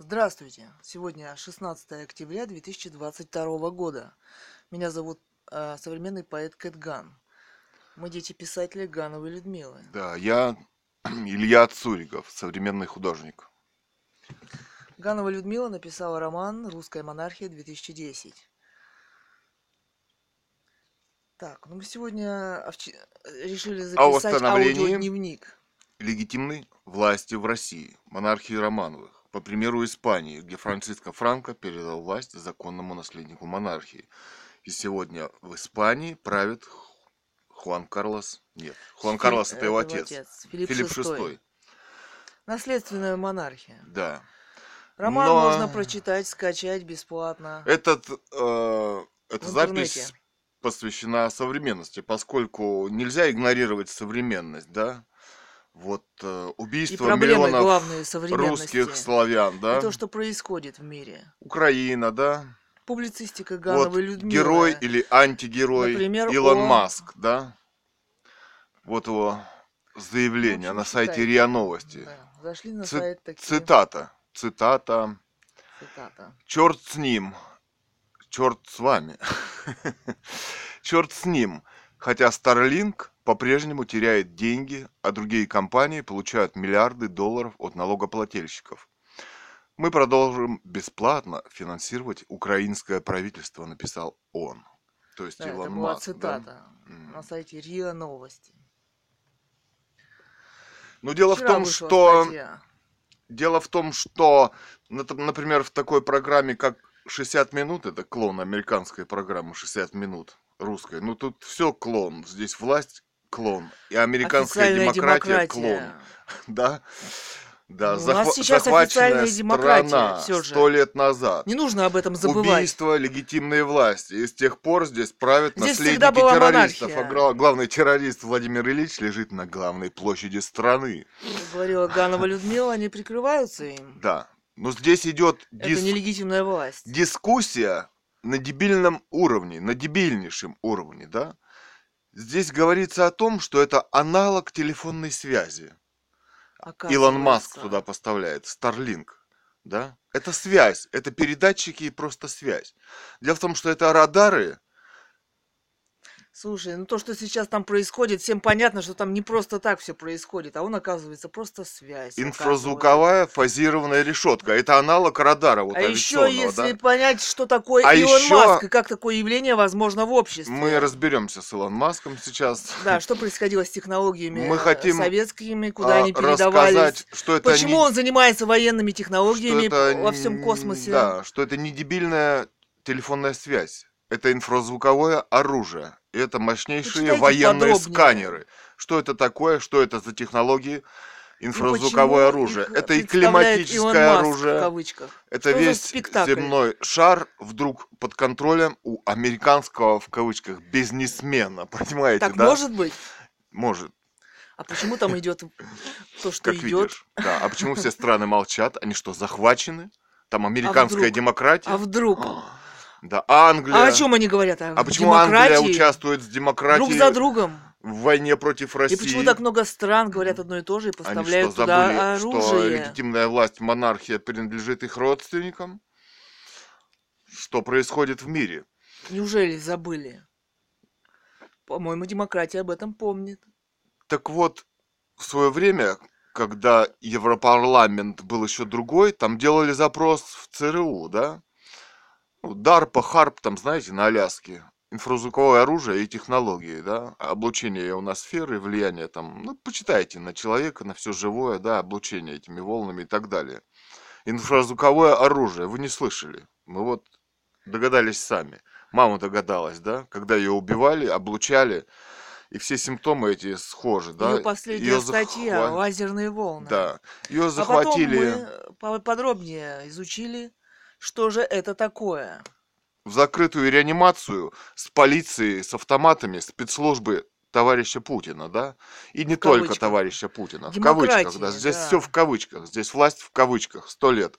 Здравствуйте! Сегодня 16 октября 2022 года. Меня зовут современный поэт Кэтган. Мы дети писателя Гановой Людмилы. Да, я Илья Цуриков, современный художник. Ганова Людмила написала роман «Русская монархия 2010». Так, мы сегодня решили О записать восстановлении аудиодневник. легитимной власти в России, монархии Романовых, по примеру Испании, где Франциско Франко передал власть законному наследнику монархии. И сегодня в Испании правит Хуан Карлос. Нет, Хуан Карлос это его отец. Филипп Филипп VI. VI. Наследственная монархия. Да. Роман Но можно прочитать, скачать бесплатно эта в интернете. запись посвящена современности, поскольку нельзя игнорировать современность, да? Вот И убийство проблемы главные миллионов русских современности. славян, И да? то, что происходит в мире. Украина, да? Публицистика Вот Гановой герой Людмилы. или антигерой Например, Илон Маск, да? Вот его Ну, в заявление общем, на сайте читайте. РИА Новости. Да. Зашли на сайт такие. Цитата. Цитата. Черт с ним. Черт с вами. Черт с ним. Хотя Starlink по-прежнему теряет деньги, а другие компании получают миллиарды долларов от налогоплательщиков. Мы продолжим бесплатно финансировать украинское правительство, написал он. То есть Да, это Илон была Маск, да? цитата на сайте РИА Новости. Но дело в Вчера том, вышла что... статья. Например, в такой программе, как 60 минут, это клон американской программы 60 минут, русской, ну тут все клон, здесь власть клон, и американская Официальная демократия клон, демократия. да? Да, Ну, у нас сейчас захваченная официальная демократия, страна все 100 же. лет назад. Не нужно об этом забывать. Убийство легитимной власти. И с тех пор здесь правят Здесь всегда наследники была террористов. А монархия. главный террорист Владимир Ильич лежит на главной площади страны. Как говорила Ганова Людмила, они прикрываются им. Да. Но здесь идет Это нелегитимная власть. дискуссия на дебильном уровне, на дебильнейшем уровне, да? Здесь говорится о том, что это аналог телефонной связи. Илон Маск туда Оказывается. поставляет, Starlink, да? Это связь, это передатчики и просто связь. Дело в том, что это радары. Слушай, ну то, что сейчас там происходит, всем понятно, что там не просто так все происходит, а он, оказывается, просто связь оказывает. Инфразвуковая фазированная решетка. Это аналог радара вот А еще, авиационного, если да? понять, что такое А Илон еще Маск и как такое явление возможно в мы обществе. разберемся с Илон Маском сейчас. Да, что происходило с Мы технологиями хотим советскими, куда они рассказать, передавались. что это Почему не, он занимается военными что технологиями это, во всем космосе? да, что это не дебильная телефонная связь. Это инфразвуковое оружие. И это мощнейшие Почитайте военные подробнее. сканеры. Что это такое? Что это за технологии? И Инфразвуковое почему оружие. их Это и представляет Илон климатическое Маск в оружие. кавычках? Это Что за весь спектакль? земной шар вдруг под контролем у американского, в кавычках, бизнесмена. Понимаете, Так да? может быть? Может, А почему там идет то, что как идет? видишь. Да. А почему все страны молчат? Они что, захвачены? Там А американская вдруг? А демократия? вдруг? Да, А о Англия. чем они говорят? А О почему Англия демократии? участвует с Друг за демократией другом. в войне против И почему России? так много стран говорят одно и то же и Они что, поставляют забыли, туда что оружие? легитимная власть, монархия принадлежит их родственникам? Что происходит в мире? Неужели забыли? По-моему, демократия об этом помнит. Так вот, в свое время, когда Европарламент был еще другой, там делали запрос в ЦРУ, да? Ну, DARPA, HARP, там, знаете, на Аляске. Инфразвуковое оружие и технологии, да? Облучение ионосферы, влияние там, ну, почитайте на человека, на все живое, да, облучение этими волнами и так далее. Инфразвуковое оружие, вы не слышали? Мы вот догадались сами. Мама догадалась, да? Когда ее убивали, облучали, и все симптомы эти схожи, Ее да? последняя Ее статья «Лазерные волны». Да, ее А потом захватили мы подробнее изучили, что же это такое. в закрытую реанимацию с полицией, с автоматами спецслужбы товарища Путина, да? И не В только кавычках. товарища Путина, в кавычках, да? Демократии, Здесь все в да. кавычках, здесь власть в кавычках, 100 лет.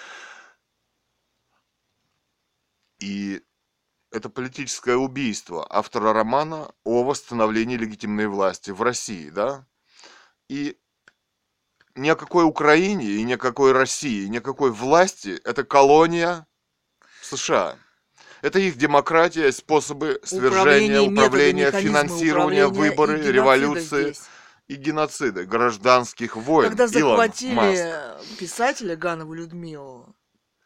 И это политическое убийство автора романа о восстановлении легитимной власти в России, да? И ни о какой Украине и ни о какой России, ни о какой власти. Это колония США. Это их демократия, способы свержения, Управление, методы, управления, механизмы финансирования, управления и выборы, геноцида революции здесь. и геноциды, гражданских войн. Когда Илон захватили Маск. писателя Ганову Людмилу,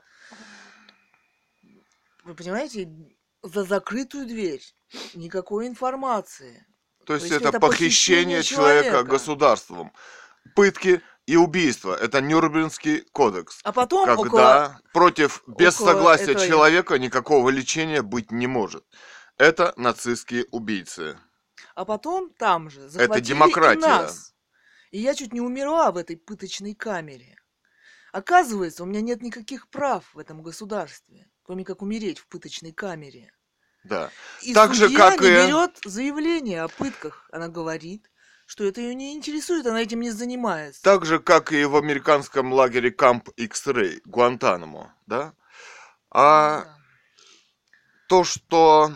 вы понимаете, за закрытую дверь, никакой информации. То То есть есть это это похищение похищение человека человека. государством. Пытки и убийства. Это Нюрнбергский кодекс. А потом Когда без около согласия этой... человека никакого лечения быть не может. Это нацистские убийцы. А потом там же Это захватили и демократия. нас. И я чуть не умерла в этой пыточной камере. Оказывается, у меня нет никаких прав в этом государстве, кроме как умереть в пыточной камере. Да. И Так же, судья как не и... берет заявление о пытках. Она говорит, что это ее не интересует, она этим не занимается. Так же, как и в американском лагере Camp X-Ray, Гуантанамо, да? А Да. то, что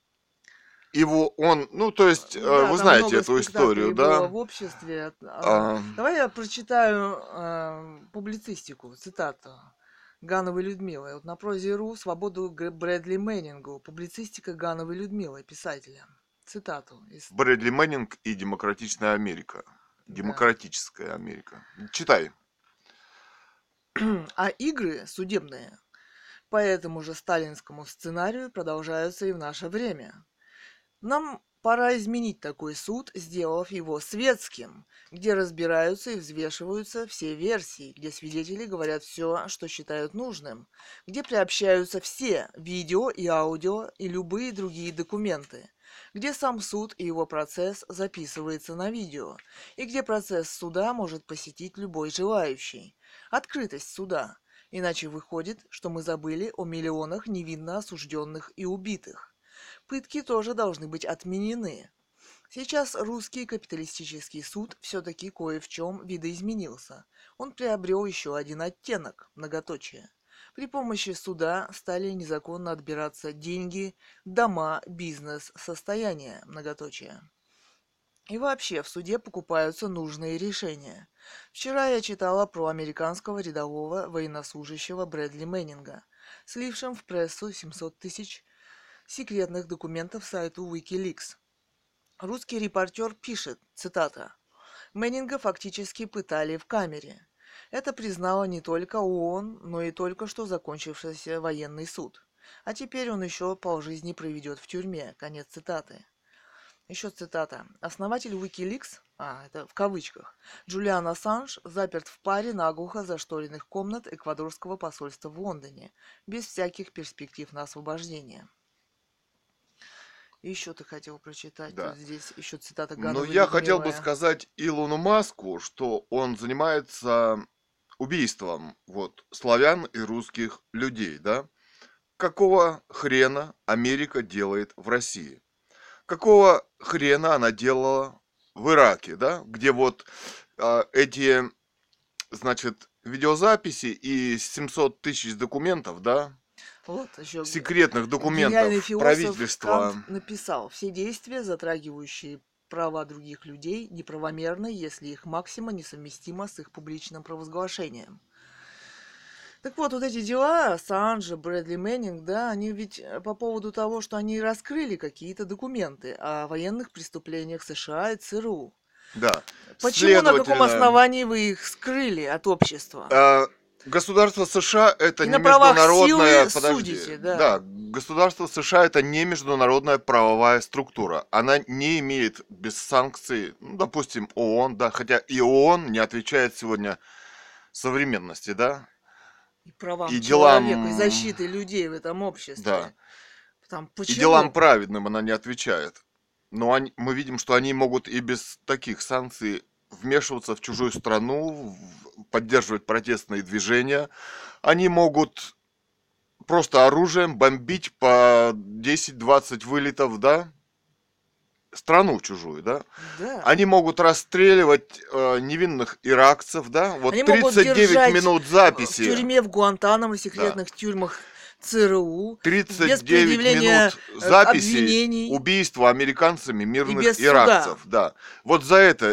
то есть, Да, вы там знаете много эту историю, спектаклей было да? в обществе. А, Давай я прочитаю публицистику, цитату Гановой Людмилы. Вот на прозе.ру «Свободу Брэдли Мэннингу. Публицистика Гановой Людмилы, писателя». Цитату. Брэдли Мэннинг и Демократичная Америка. Да. Демократическая Америка. Читай. А игры судебные по этому же сталинскому сценарию продолжаются и в наше время. Нам пора изменить такой суд, сделав его светским, где разбираются и взвешиваются все версии, где свидетели говорят все, что считают нужным, где приобщаются все видео и аудио и любые другие документы, где сам суд и его процесс записывается на видео, и где процесс суда может посетить любой желающий. Открытость суда. Иначе выходит, что мы забыли о миллионах невинно осужденных и убитых. Пытки тоже должны быть отменены. Сейчас русский капиталистический суд все-таки кое в чем видоизменился. Он приобрел еще один оттенок, многоточие. При помощи суда стали незаконно отбираться деньги, дома, бизнес, состояние, многоточие. И вообще в суде покупаются нужные решения. Вчера я читала про американского рядового военнослужащего Брэдли Мэннинга, слившим в прессу 700 тысяч секретных документов сайту Wikileaks. Русский репортер пишет, цитата, «Мэннинга фактически пытали в камере. Это признала не только ООН, но и только что закончившийся военный суд. А теперь он еще полжизни проведет в тюрьме». Конец цитаты. Еще цитата. Основатель Wikileaks, это в кавычках, Джулиан Ассанж заперт в паре наглухо зашторенных комнат эквадорского посольства в Лондоне, без всяких перспектив на освобождение. Еще ты хотел прочитать, Да. вот здесь еще цитата Ну, Гановой я хотел бы Людмилы. сказать Илону Маску, что он занимается убийством славян и русских людей, да? Какого хрена Америка делает в России? Какого хрена она делала в Ираке, да? Где эти, значит, видеозаписи и 700 тысяч документов, да? Вот еще Секретных гениальный документов философ правительства. Кант написал: все действия, затрагивающие права других людей, неправомерны, если их максима несовместима с их публичным провозглашением. Так вот эти дела Ассанжа, Брэдли Мэннинг, да, они ведь по поводу того, что они раскрыли какие-то документы о военных преступлениях США и ЦРУ. Да. Почему, на каком основании вы их скрыли от общества? Государство США это И не на правах международная... силы судите, да. Да, государство США это не международная правовая структура. Она не имеет без санкций, допустим, ООН, да, хотя и ООН не отвечает сегодня современности, да. И правам и человека, делам... и защиты людей в этом обществе. Да. Почему? И делам праведным она не отвечает. Но мы видим, что они могут и без таких санкций вмешиваться в чужую страну, поддерживать протестные движения. Они могут просто оружием бомбить по 10-20 вылетов, да, страну чужую, да. Да. Они могут расстреливать невинных иракцев, да. Вот они 39 минут записи. В тюрьме в Гуантанамо, в секретных тюрьмах ЦРУ. 39 минут записи убийства американцами мирных иракцев. Да. Вот за это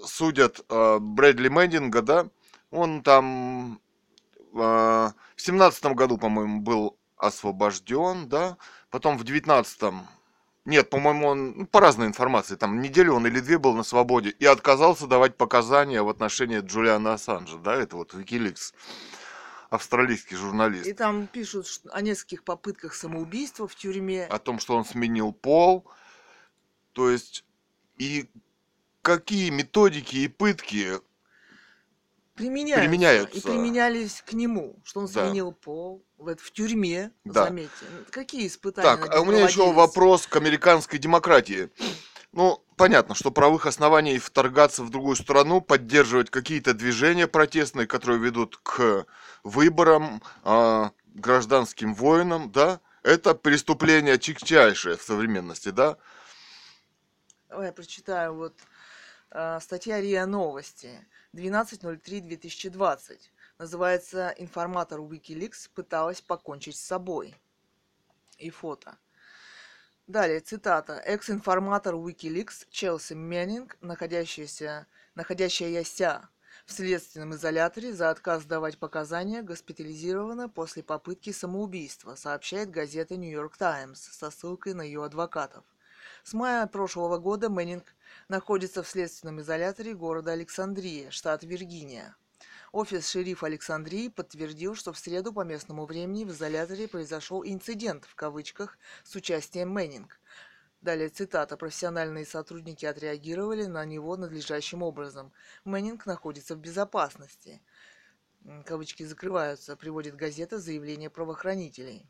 судят Брэдли Мэннинга, да, он там в 17-м году, по-моему, был освобожден, да, потом в 19-м, нет, по-моему, он, по разной информации, там неделю он или две был на свободе и отказался давать показания в отношении Джулиана Ассанжа, да, это вот Wikileaks, австралийский И журналист, там пишут о нескольких попытках самоубийства в тюрьме. о том, что он сменил пол, то есть, и какие методики и пытки Применяются и применяются, применялись к нему, что он да, сменил пол в тюрьме, да. заметьте. Какие испытания Так, над а у ним меня еще проводились? вопрос к американской демократии. Ну, понятно, что правовых оснований вторгаться в другую страну, поддерживать какие-то движения протестные, которые ведут к выборам, гражданским войнам, да, это преступление тягчайшее в современности, да. Давай я прочитаю вот статья РИА Новости 12.03.2020. Называется «Информатор Wikileaks пыталась покончить с собой». И фото. Далее, цитата. Экс-информатор Wikileaks Челси Меннинг, находящаяся в следственном изоляторе за отказ давать показания, госпитализирована после попытки самоубийства, сообщает газета New York Times со ссылкой на ее адвокатов. С мая прошлого года Мэннинг находится в следственном изоляторе города Александрия, штат Виргиния. Офис шерифа Александрии подтвердил, что в среду по местному времени в изоляторе произошел «инцидент» в кавычках с участием Мэннинг. Далее цитата. Профессиональные сотрудники отреагировали на него надлежащим образом. Мэннинг находится в безопасности. Кавычки закрываются, приводит газета заявление правоохранителей.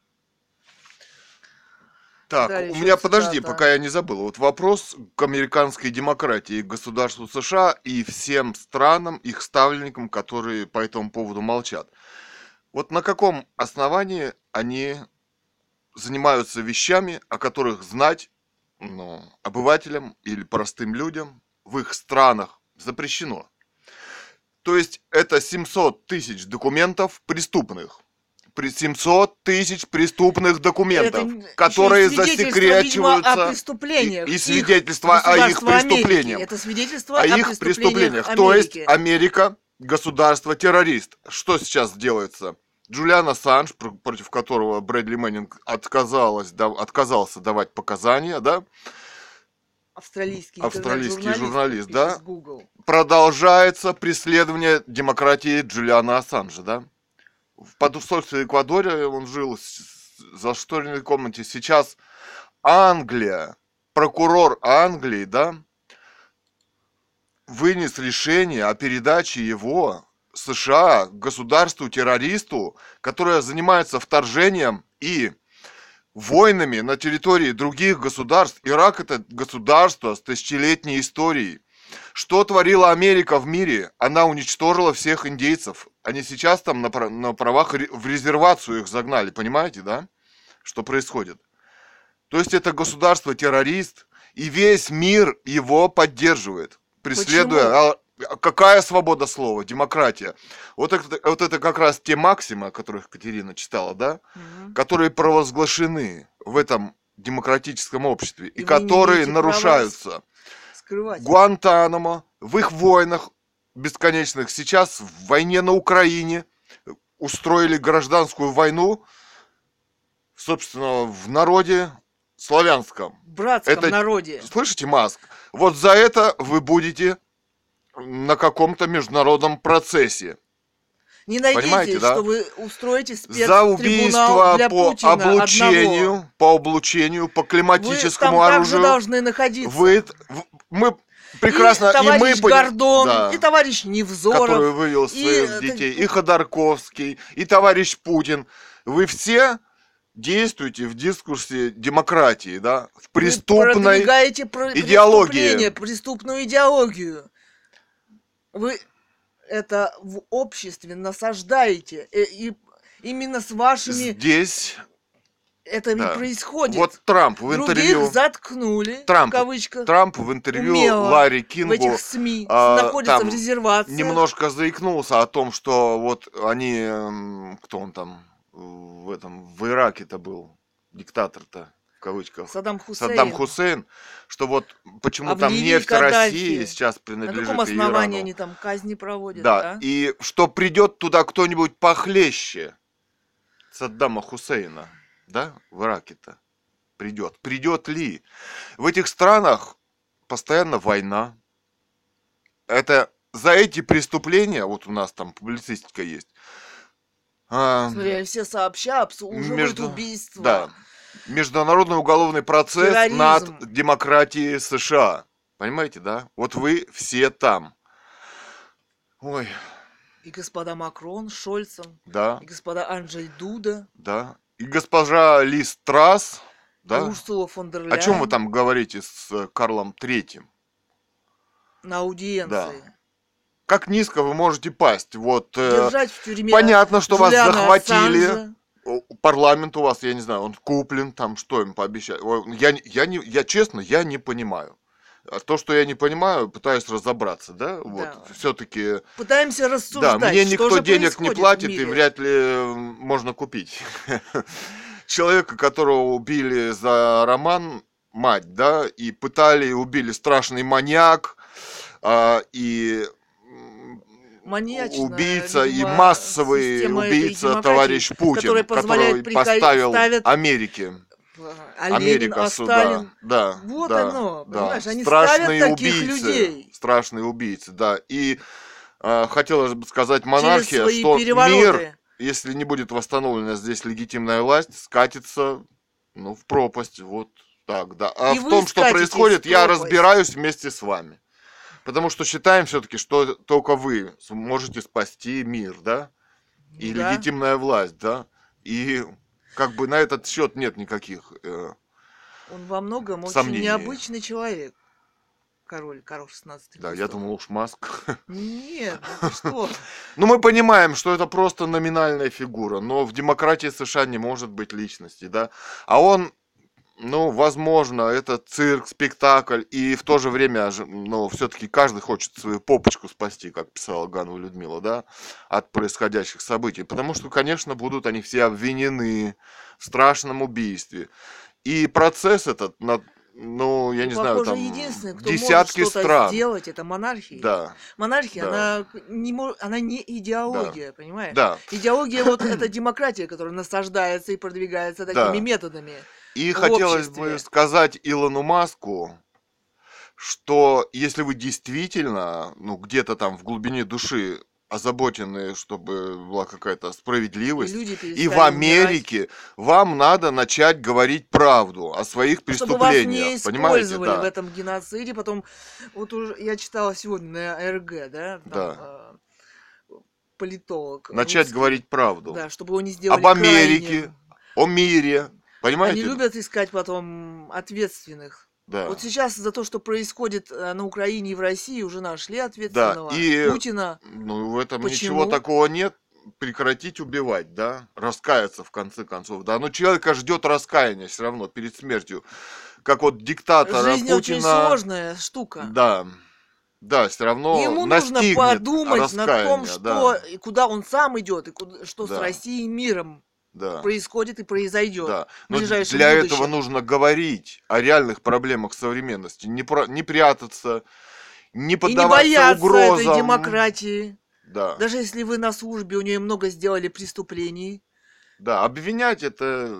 Так, Далее у еще меня, подожди, цитата. пока я не забыл. Вот вопрос к американской демократии, к государству США и всем странам, их ставленникам, которые по этому поводу молчат. Вот на каком основании они занимаются вещами, о которых знать, ну, обывателям или простым людям в их странах запрещено? То есть это 700 тысяч документов преступных. 700 тысяч преступных Это документов, еще и которые свидетельство, видимо, о засекречиваются, преступлениях и их свидетельства о их государства Америки. преступлениях. Это свидетельство О о их преступлениях. То есть Америки. Америка государство-террорист. Что сейчас делается? Джулиан Ассанж, против которого Брэдли Мэннинг отказался давать показания, да, Австралийский австралийский интернет-журналист, журналист, пишет да, Google. продолжается преследование демократии Джулиана Ассанжа, да. В посольстве Эквадоре он жил за шторной комнате. Сейчас Англия, прокурор Англии, да, вынес решение о передаче его США государству-террористу, которое занимается вторжением и войнами на территории других государств. Ирак — это государство с тысячелетней историей. Что творила Америка в мире? Она уничтожила всех индейцев. Они сейчас там на правах в резервацию их загнали. Понимаете, да? Что происходит? То есть это государство-террорист, и весь мир его поддерживает, преследуя. Почему? Какая свобода слова, демократия? Вот это как раз те максимы, о которых Катерина читала, да? Мгм. Которые провозглашены в этом демократическом обществе, и И вы не которые имеете права нарушаются. скрывать их. Гуантанамо, в их войнах бесконечных, сейчас в войне на Украине устроили гражданскую войну, собственно, в народе славянском. В братском Это, народе. слышите, Маск? Вот за это вы будете на каком-то международном процессе. Не Понимаете, надейтесь, да? что вы устроите За спецтрибунал убийство для по Путина одного. облучению, по Вы климатическому там также оружию. должны находиться. Мы прекрасно, И товарищ мы Гордон, да, и товарищ Невзоров, который вывел своих детей, и Ходорковский, и товарищ Путин. Вы все действуете в дискурсе демократии, да, в вы преступной продвигаете идеологии. преступную идеологию. Вы это в обществе насаждаете. И именно с вашими Здесь, это и да. происходит. Вот Трамп в Других интервью, заткнули, в Трамп кавычках, в интервью умело Ларри в Кингу этих СМИ, находится там в резервации. немножко заикнулся о том, что вот они, кто он там в Ираке-то был, диктатор-то, В кавычках, Саддам Саддам Хусейн. Хусейн, что вот А почему в там Ливии нефть России Каддафи. сейчас На каком принадлежит и основании Ирану. они там казни проводят, Да, а? и что придет туда кто-нибудь похлеще Саддама Хусейна, да, в Ираке-то придет. Придет ли? В этих странах постоянно война. Это за эти преступления, вот у нас там публицистика есть, а, Смотри, все сообща обслуживают между, убийства, да, международный уголовный процесс над терроризм. демократией США. Понимаете, да? Вот вы все там. Ой, И господа Макрон с Шольцем, да, и господа Анджей Дуда, да. И госпожа Лиз Трасс, и да? Урсула фон дер О чем вы Ляйен там говорите с Карлом Третьим? на Да. аудиенции. Как низко вы можете пасть? Вот Держать в тюрьме понятно, что вас Джулиана захватили. Ассанжа. Парламент у вас, я не знаю, он куплен, там что им пообещать. Я честно, я не понимаю. А то, что я не понимаю, пытаюсь разобраться, да? Вот, Да. все-таки, Пытаемся да, рассуждать, мне что никто же денег не происходит в платит, и мире. вряд ли можно купить. Человека, которого убили за роман, мать, да, и пытали, и убили страшный маньяк, и Маньячная, убийца и видимо, массовый система этой убийца демократии, товарищ которая Путин, который позволяет поставил ставят Америке. а Ленин, Америка а сюда, Сталин. да, Вот да, оно, да. понимаешь, они ставят таких людей Страшные убийцы, да. И хотелось бы сказать через монархия, свои что мир, перевороты. если не будет восстановлена здесь легитимная власть, скатится, ну, в пропасть, вот так, да. А И в вы том, что скатитесь происходит, в я пропасть. разбираюсь вместе с вами. Потому что считаем все-таки, что только вы можете спасти мир, да? И Да. легитимная власть, да? И как бы на этот счет нет никаких Он во многом очень сомнений. необычный человек. Король Карл XVI. Да, я думал уж Маск. Нет, ну ты что? Ну, мы понимаем, что это просто номинальная фигура, но в демократии США не может быть личности, да? А он, ну, возможно, это цирк, спектакль, и в то же время, ну, все-таки каждый хочет свою попочку спасти, как писала Ганова Людмила, да, от происходящих событий. Потому что, конечно, будут они все обвинены в страшном убийстве. И процесс этот, ну, я И, не знаю, похоже, там единственный, кто может десятки что-то стран. сделать, это монархия. Да, Монархия, да, она не идеология, да, понимаешь? да, Идеология вот это демократия, которая насаждается и продвигается такими да. методами И в хотелось бы обществе. сказать Илону Маску, что если вы действительно, ну, где-то там в глубине души озаботены, чтобы была какая-то И справедливость, люди и в перестали умирать. Америке вам надо начать говорить правду о своих Чтобы вас не преступлениях, понимаете, использовали в да, этом геноциде. Потом, вот уже я читала сегодня на РГ, да, там да, политолог начать русский, говорить правду да, чтобы его не сделали об Америке, крайним. о мире, Они понимаете, любят искать потом ответственных. да, Вот сейчас за то, что происходит на Украине и в России, уже нашли да, ответственного. и Путина. ну, в этом ничего Почему? такого нет. Прекратить убивать, да, раскаяться в конце концов, да, но человека ждет раскаяния все равно перед смертью, как вот диктатора Жизнь очень Путина, сложная штука. да, да, все равно Ему нужно настигнет подумать над том, раскаяние, что да, и куда он сам идет, и что с да, Россией и миром да, происходит и произойдет да, в но ближайшем для будущем. этого нужно говорить о реальных проблемах современности, не прятаться, не И не поддаваться бояться этой угрозам, демократии. да, Даже если вы на службе, у нее много сделали преступлений. да, обвинять это,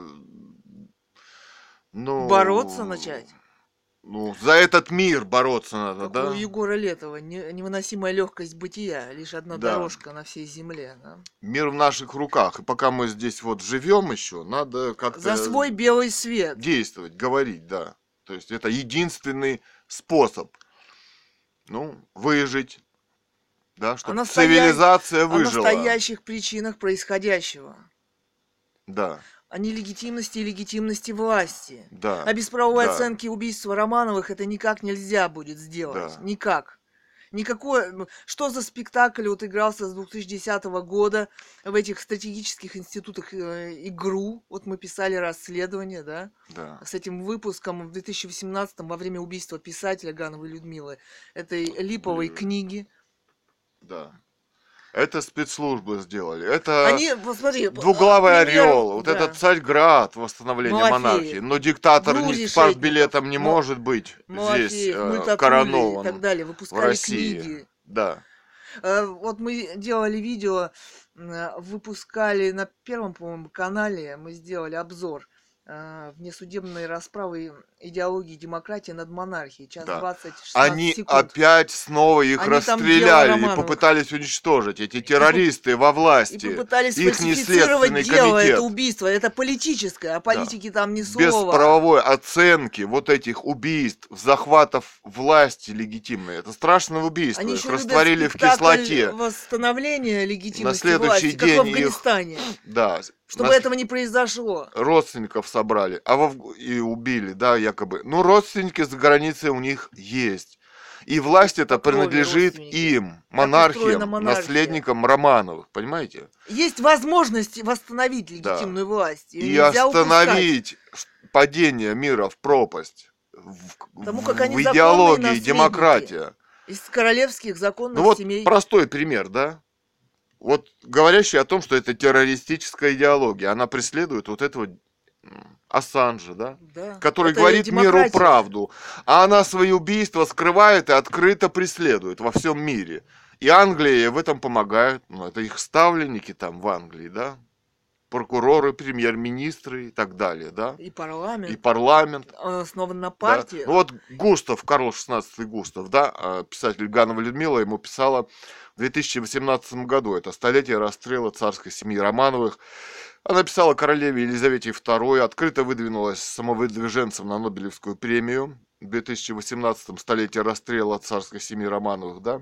Бороться ну, начать. ну, за этот мир бороться надо, Как у да? Егора Летова. Невыносимая легкость бытия. Лишь одна Да. дорожка на всей земле. Да? Мир в наших руках. И пока мы здесь вот живем еще, надо За как-то свой белый свет. действовать, говорить, да. То есть это единственный способ, ну, выжить, да, чтобы цивилизация О выжила. настоящих причинах происходящего. Да, О нелегитимности и легитимности власти. да, А без правовой да, оценки убийства Романовых это никак нельзя будет сделать. да. Никак. Что за спектакль вот игрался с 2010 года в этих стратегических институтах ИГРУ? Вот мы писали расследование, да, Да, с этим выпуском в 2018 во время убийства писателя Гановой Людмилы, этой липовой книги. да. Это спецслужбы сделали. Это Они, посмотри, двуглавый пример, орел. Вот да, это Царьград, восстановление монархии. Малафеев, Но диктатор ни Грузий с Шетников, партбилетом не может быть здесь Малафеев, Мультатули и так коронован далее, в выпускали России. книги. Да. Вот мы делали видео, выпускали на первом, по-моему, канале, мы сделали обзор внесудебной расправы идеологии демократии над монархией. Час Да. 20-16 Они секунд. опять снова их Они там дело расстреляли и Романовых. попытались уничтожить. Эти И, поп- террористы во и власти. попытались Их не фальсифицировать следственный дело, это комитет. убийство, это политическое, а Да. политики там ни Без слова. правовой оценки вот этих убийств, захватов власти легитимной. Это страшное убийство. Они Их еще любят растворили в спектакль кислоте. восстановления На легитимности следующий власти, как в день их, Афганистане. да, Чтобы этого не произошло. родственников собрали, и убили, да, якобы. Ну, родственники за границей у них есть. И власть эта По крови принадлежит родственники. им, Так устроена монархиям, монархия. наследникам Романовых, понимаете? Есть возможность восстановить Да. легитимную власть. Её И нельзя упускать. остановить падение мира в пропасть. Потому как они в законные идеологии наследники. демократия. Из королевских законных Ну вот семей. простой пример, да? Вот говорящий о том, что это террористическая идеология, она преследует вот этого Ассанжа, да? Да. Который Это говорит миру демократия. правду, а она свои убийства скрывает и открыто преследует во всем мире. И Англия ей в этом помогает. Ну, это их ставленники там в Англии, да? Прокуроры, премьер-министры и так далее, да? И парламент. И парламент. Он основан на Да. партии. Ну вот Густав, Карл XVI Густав, да, писатель Ганова Людмила ему писала в 2018 году, это столетие расстрела царской семьи Романовых. Она писала королеве Елизавете II, открыто выдвинулась самовыдвиженцем на Нобелевскую премию в 2018 столетие расстрела царской семьи Романовых, да.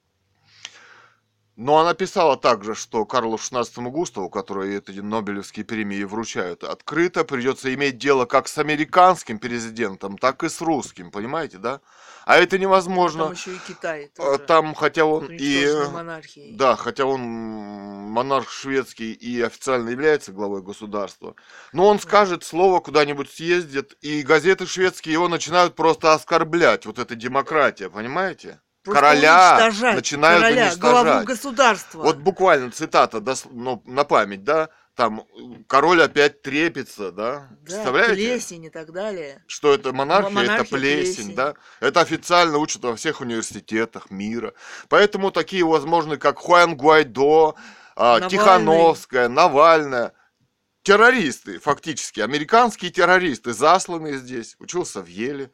Но она писала также, что Карлу XVI Густаву, который эти Нобелевские премии вручают, открыто придется иметь дело как с американским президентом, так и с русским, понимаете, да? А это невозможно. Там еще и Китай тоже. Там, хотя он уничтоженный монархией. Да, хотя он монарх шведский и официально является главой государства, но он скажет слово, куда-нибудь съездит, и газеты шведские его начинают просто оскорблять, вот эта демократия, понимаете? Просто Короля уничтожать, начинают главу уничтожать. государства. Вот буквально цитата на память, да, там король опять трепится, да, Да, представляете? плесень и так далее. Что это монархия, это Монархия, плесень, да? Это официально учат во всех университетах мира. Поэтому такие возможны, как Хуан Гуайдо, Навальный. Тихановская, Навальная. Террористы, фактически, американские террористы, засланные здесь. Учился в Еле,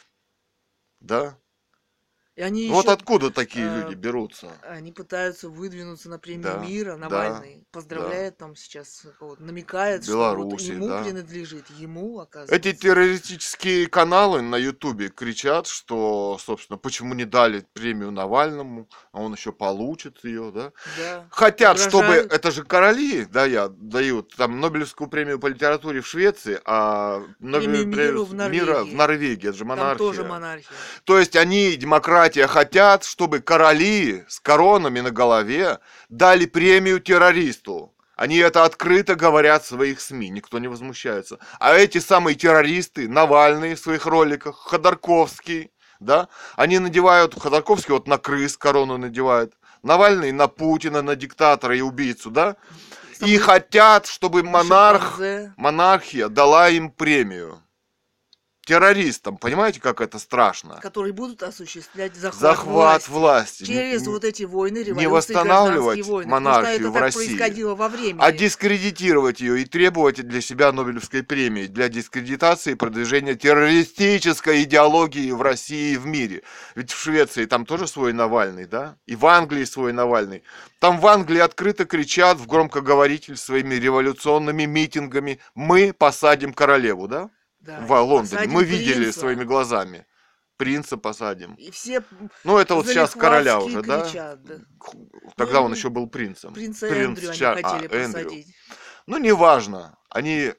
да? И они Вот еще, откуда такие люди берутся? они пытаются выдвинуться на премию Да, мира. да, Навальный поздравляет там сейчас, намекает, что вот Белоруссии, ему да. принадлежит, ему, оказывается. Эти террористические каналы на Ютубе кричат, что, собственно, почему не дали премию Навальному, а он еще получит ее, да? Да. Хотят, чтобы... Угрожают. Это же короли, да, дают там Нобелевскую премию по литературе в Швеции, а Нобелевскую миру премию мира в Норвегии. Это же монархия. Там тоже монархия. То есть они, демократия, хотят, чтобы короли с коронами на голове дали премию террористу. Они это открыто говорят в своих СМИ, никто не возмущается. А эти самые террористы, Навальный в своих роликах, Ходорковский, да, они надевают, Ходорковский вот на крыс корону надевает, Навальный на Путина, на диктатора и убийцу, да, и хотят, чтобы монархия дала им премию. Террористам, понимаете, как это страшно? Которые будут осуществлять захват власти. Через вот эти войны, революции, не восстанавливать гражданские войны. монархию это в так России, происходило во времени. а дискредитировать ее и требовать для себя Нобелевской премии для дискредитации и продвижения террористической идеологии в России и в мире. Ведь в Швеции там тоже свой Навальный, да? И в Англии свой Навальный. Там в Англии открыто кричат в громкоговоритель своими революционными митингами: мы посадим королеву, да? Да, в Лондоне. Мы видели принца. своими глазами. Принца посадим. И все Ну, это вот сейчас короля уже, кричат, да? да? Тогда Ну, он еще был принцем. Принца Принц Эндрю они Чарльз. хотели Эндрю. посадить. Ну, неважно. Они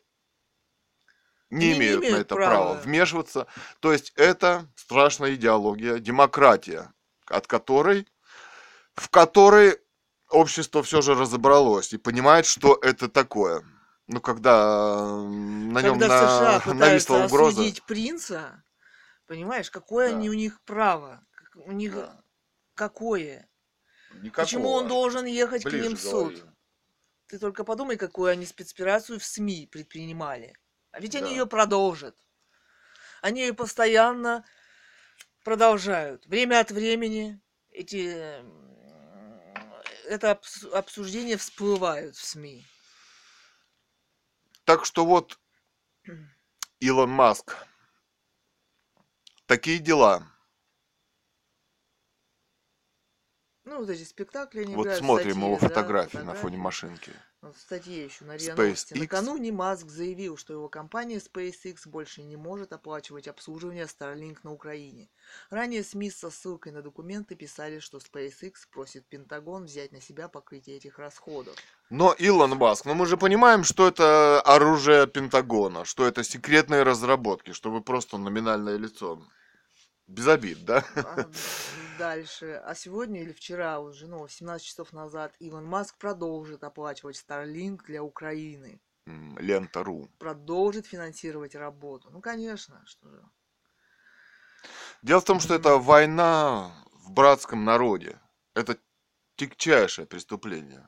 не Они имеют не на имеют это права права вмешиваться. То есть это страшная идеология, демократия, в которой общество все же разобралось и понимает, что это такое. Ну, когда на нем Когда США нависла пытаются угроза. осудить принца, понимаешь, какое Да. они у них право? У них Да. какое? Почему он Никакого. должен ехать к ним Ближе в суд? говори. Ты только подумай, какую они спецоперацию в СМИ предпринимали. А ведь они Да. ее продолжат. Они ее постоянно продолжают. Время от времени это обсуждение всплывают в СМИ. Так что вот Илон Маск. Такие дела. Ну, вот эти спектакли они Вот играют в смотрим его статье, да, фотографии на фоне фотографии. машинки. Вот в статье еще на РИА Новости. SpaceX. Накануне Маск заявил, что его компания SpaceX больше не может оплачивать обслуживание Starlink на Украине. Ранее СМИ со ссылкой на документы писали, что SpaceX просит Пентагон взять на себя покрытие этих расходов. Но Илон Маск, мы же понимаем, что это оружие Пентагона, что это секретные разработки, что вы просто номинальное лицо. Без обид, да? Дальше. А сегодня или вчера уже, 17 часов назад, Илон Маск продолжит оплачивать Starlink для Украины. Лента.ру. Продолжит финансировать работу. Ну, конечно, что же. Дело в том, что это война в братском народе. Это тягчайшее преступление.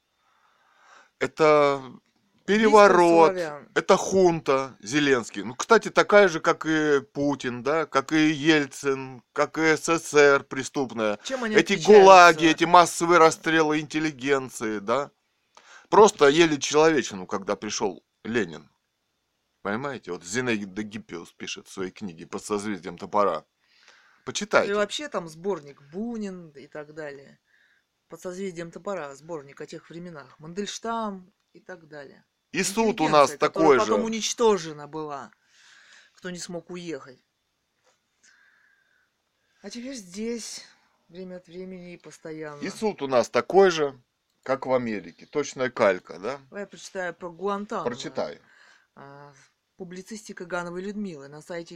Это переворот, это хунта Зеленский. Ну, кстати, такая же, как и Путин, да, как и Ельцин, как и СССР преступная. Чем они эти отличаются? гулаги, эти массовые расстрелы интеллигенции, да. Просто ели человечину, когда пришел Ленин. Понимаете? Вот Зинаида Гиппиус пишет в своей книге «Под созвездием топора». Почитайте. И вообще там сборник Бунин и так далее. «Под созвездием топора» сборник о тех временах. Мандельштам и так далее. И суд у нас такой же. Потом уничтожена была. Кто не смог уехать. А теперь здесь время от времени и постоянно. И суд у нас такой же, как в Америке. Точная калька, да? Давай я прочитаю про Гуантанамо. Прочитай. Публицистика Гановой Людмилы на сайте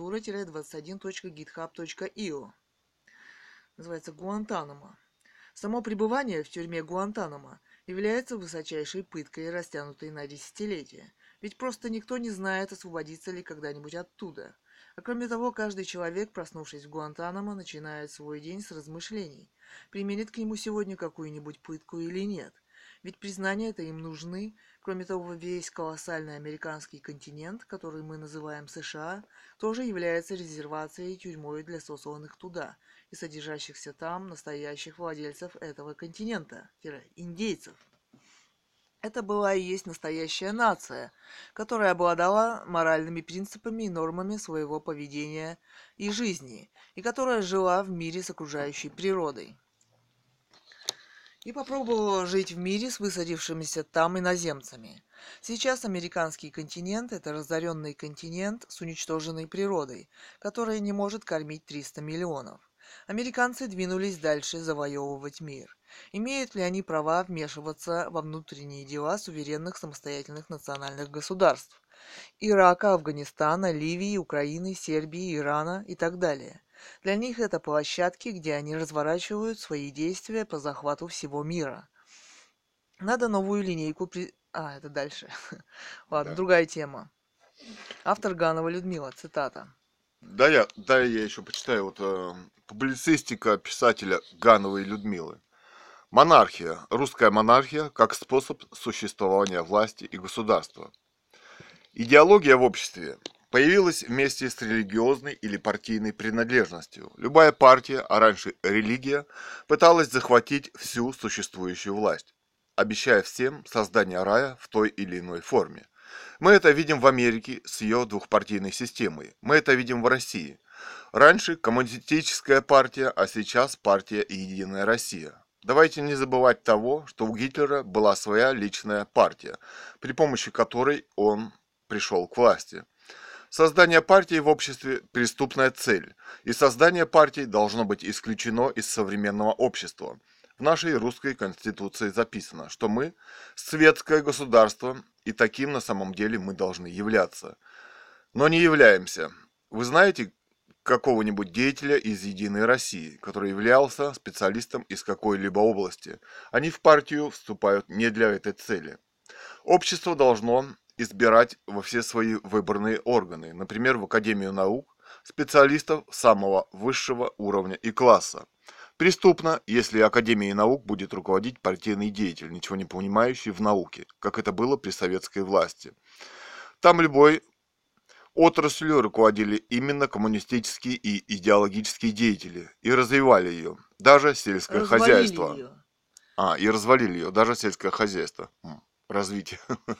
литература-21.github.io. Называется Гуантанамо. Само пребывание в тюрьме Гуантанамо является высочайшей пыткой, растянутой на десятилетия. Ведь просто никто не знает, освободится ли когда-нибудь оттуда. А кроме того, каждый человек, проснувшись в Гуантанамо, начинает свой день с размышлений. Применит к нему сегодня какую-нибудь пытку или нет. Ведь признания-то им нужны. Кроме того, весь колоссальный американский континент, который мы называем США, тоже является резервацией и тюрьмой для сосланных туда и содержащихся там настоящих владельцев этого континента, индейцев. Это была и есть настоящая нация, которая обладала моральными принципами и нормами своего поведения и жизни, и которая жила в мире с окружающей природой. И попробовала жить в мире с высадившимися там иноземцами. Сейчас американский континент – это разоренный континент с уничтоженной природой, которая не может кормить 300 миллионов. Американцы двинулись дальше завоевывать мир. Имеют ли они права вмешиваться во внутренние дела суверенных самостоятельных национальных государств? Ирака, Афганистана, Ливии, Украины, Сербии, Ирана и так далее. Для них это площадки, где они разворачивают свои действия по захвату всего мира. Надо новую линейку это дальше. Ладно, другая тема. Автор Ганова Людмила, цитата. Да, я еще почитаю публицистика писателя Гановой Людмилы. Монархия. Русская монархия как способ существования власти и государства. Идеология в обществе появилась вместе с религиозной или партийной принадлежностью. Любая партия, а раньше религия, пыталась захватить всю существующую власть, обещая всем создание рая в той или иной форме. Мы это видим в Америке с ее двухпартийной системой. Мы это видим в России. Раньше коммунистическая партия, а сейчас партия «Единая Россия». Давайте не забывать того, что у Гитлера была своя личная партия, при помощи которой он пришел к власти. Создание партии в обществе – преступная цель, и создание партий должно быть исключено из современного общества. В нашей русской конституции записано, что мы – светское государство, и таким на самом деле мы должны являться. Но не являемся. Вы знаете какого-нибудь деятеля из «Единой России», который являлся специалистом из какой-либо области? Они в партию вступают не для этой цели. Общество должно избирать во все свои выборные органы, например, в Академию наук, специалистов самого высшего уровня и класса. Преступно, если Академией наук будет руководить партийный деятель, ничего не понимающий в науке, как это было при советской власти. Там любой отраслью руководили именно коммунистические и идеологические деятели и развивали ее, даже сельское Развалили хозяйство. ее. И развалили ее, даже сельское хозяйство. Развитие.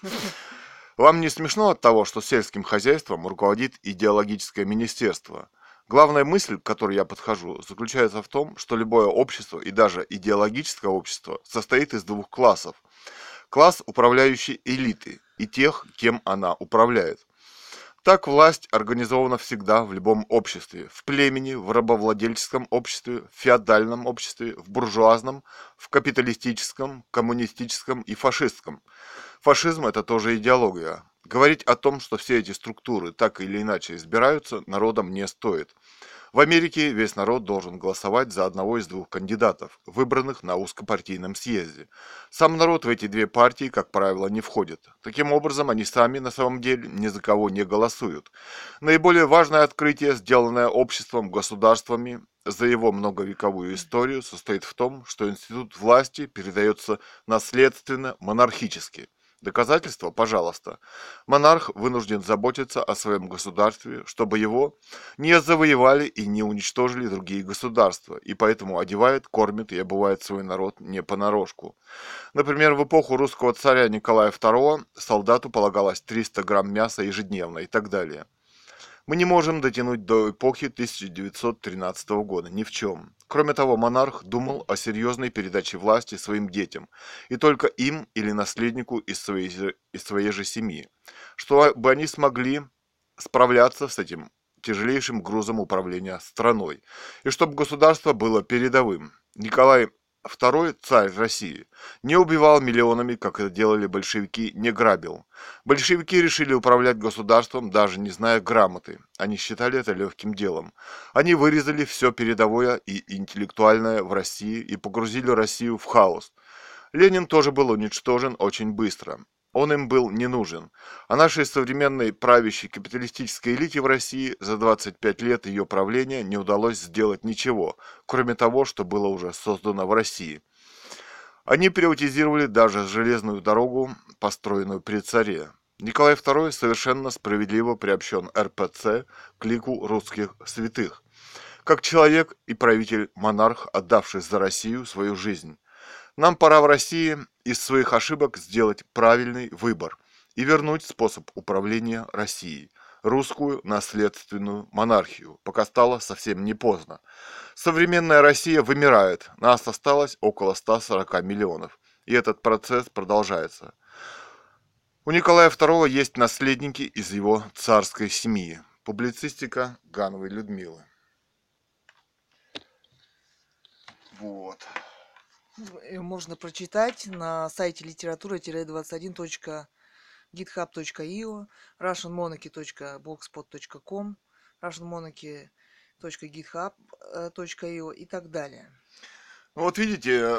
Вам не смешно от того, что сельским хозяйством руководит идеологическое министерство? Главная мысль, к которой я подхожу, заключается в том, что любое общество и даже идеологическое общество состоит из двух классов. Класс управляющей элиты и тех, кем она управляет. Так власть организована всегда в любом обществе, в племени, в рабовладельческом обществе, в феодальном обществе, в буржуазном, в капиталистическом, коммунистическом и фашистском. Фашизм – это тоже идеология. Говорить о том, что все эти структуры так или иначе избираются, народом не стоит. В Америке весь народ должен голосовать за одного из двух кандидатов, выбранных на узкопартийном съезде. Сам народ в эти две партии, как правило, не входит. Таким образом, они сами на самом деле ни за кого не голосуют. Наиболее важное открытие, сделанное обществом, государствами за его многовековую историю, состоит в том, что институт власти передается наследственно монархически. Доказательства, пожалуйста. Монарх вынужден заботиться о своем государстве, чтобы его не завоевали и не уничтожили другие государства, и поэтому одевает, кормит и обувает свой народ не понарошку. Например, в эпоху русского царя Николая II солдату полагалось 300 грамм мяса ежедневно и так далее. Мы не можем дотянуть до эпохи 1913 года ни в чем. Кроме того, монарх думал о серьезной передаче власти своим детям, и только им или наследнику из своей же семьи, чтобы они смогли справляться с этим тяжелейшим грузом управления страной, и чтобы государство было передовым. Николай II, царь России, не убивал миллионами, как это делали большевики, не грабил. Большевики решили управлять государством, даже не зная грамоты. Они считали это легким делом. Они вырезали все передовое и интеллектуальное в России и погрузили Россию в хаос. Ленин тоже был уничтожен очень быстро. Он им был не нужен. А нашей современной правящей капиталистической элите в России за 25 лет ее правления не удалось сделать ничего, кроме того, что было уже создано в России. Они приватизировали даже железную дорогу, построенную при царе. Николай II совершенно справедливо приобщен РПЦ к лику русских святых, как человек и правитель-монарх, отдавший за Россию свою жизнь. Нам пора в России из своих ошибок сделать правильный выбор и вернуть способ управления Россией, русскую наследственную монархию, пока стало совсем не поздно. Современная Россия вымирает, нас осталось около 140 миллионов, и этот процесс продолжается. У Николая II есть наследники из его царской семьи. Публицистика Гановой Людмилы. Вот. Можно прочитать на сайте литература-21.github.io, russianmonarchy.blogspot.com, russianmonarchy.github.io и так далее. Вот видите,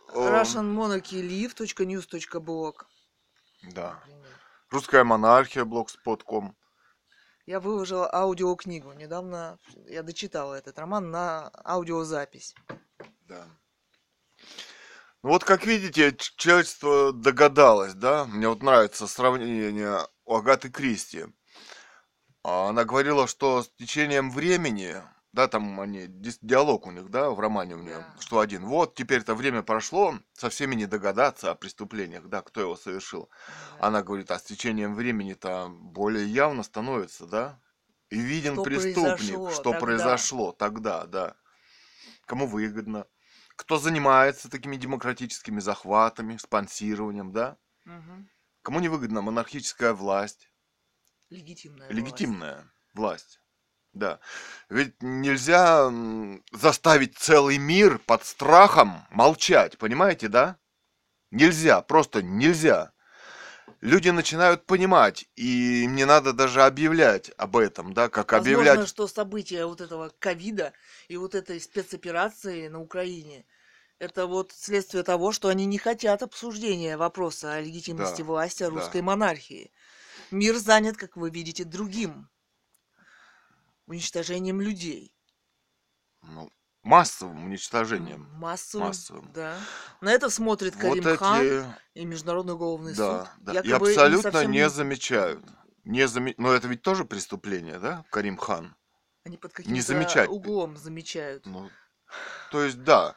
russianmonarchylive.news.blog. да. Например. Русская монархия, blogspot.com. Я выложила аудиокнигу. Недавно я дочитала этот роман на аудиозапись. Да. Ну вот как видите, человечество догадалось, да? Мне вот нравится сравнение у Агаты Кристи. Она говорила, что с течением времени, да, там они, диалог у них, да, в романе у нее, Да. что один, вот теперь-то время прошло, со всеми не догадаться о преступлениях, да, кто его совершил. Да. Она говорит, а с течением времени-то более явно становится, да? И виден Что преступник, произошло что тогда? произошло тогда, да. Кому выгодно, кто занимается такими демократическими захватами, спонсированием, да? Угу. Кому не выгодна монархическая власть, Легитимная власть. легитимная власть, да. Ведь нельзя заставить целый мир под страхом молчать, понимаете, да? Нельзя, просто нельзя. Люди начинают понимать, и им не надо даже объявлять об этом, да, как Возможно, объявлять. что события вот этого ковида и вот этой спецоперации на Украине это вот следствие того, что они не хотят обсуждения вопроса о легитимности Да, власти, о да. русской монархии. Мир занят, как вы видите, другим. Уничтожением людей. Ну, массовым уничтожением. Массовым, Массовым. да. На это смотрит Вот Карим Хан эти, и Международный уголовный суд. да, да. И Якобы не абсолютно совсем не замечают. Но это ведь тоже преступление, да, Карим Хан? они под Не каким-то замечать. углом замечают. Ну, то есть, да.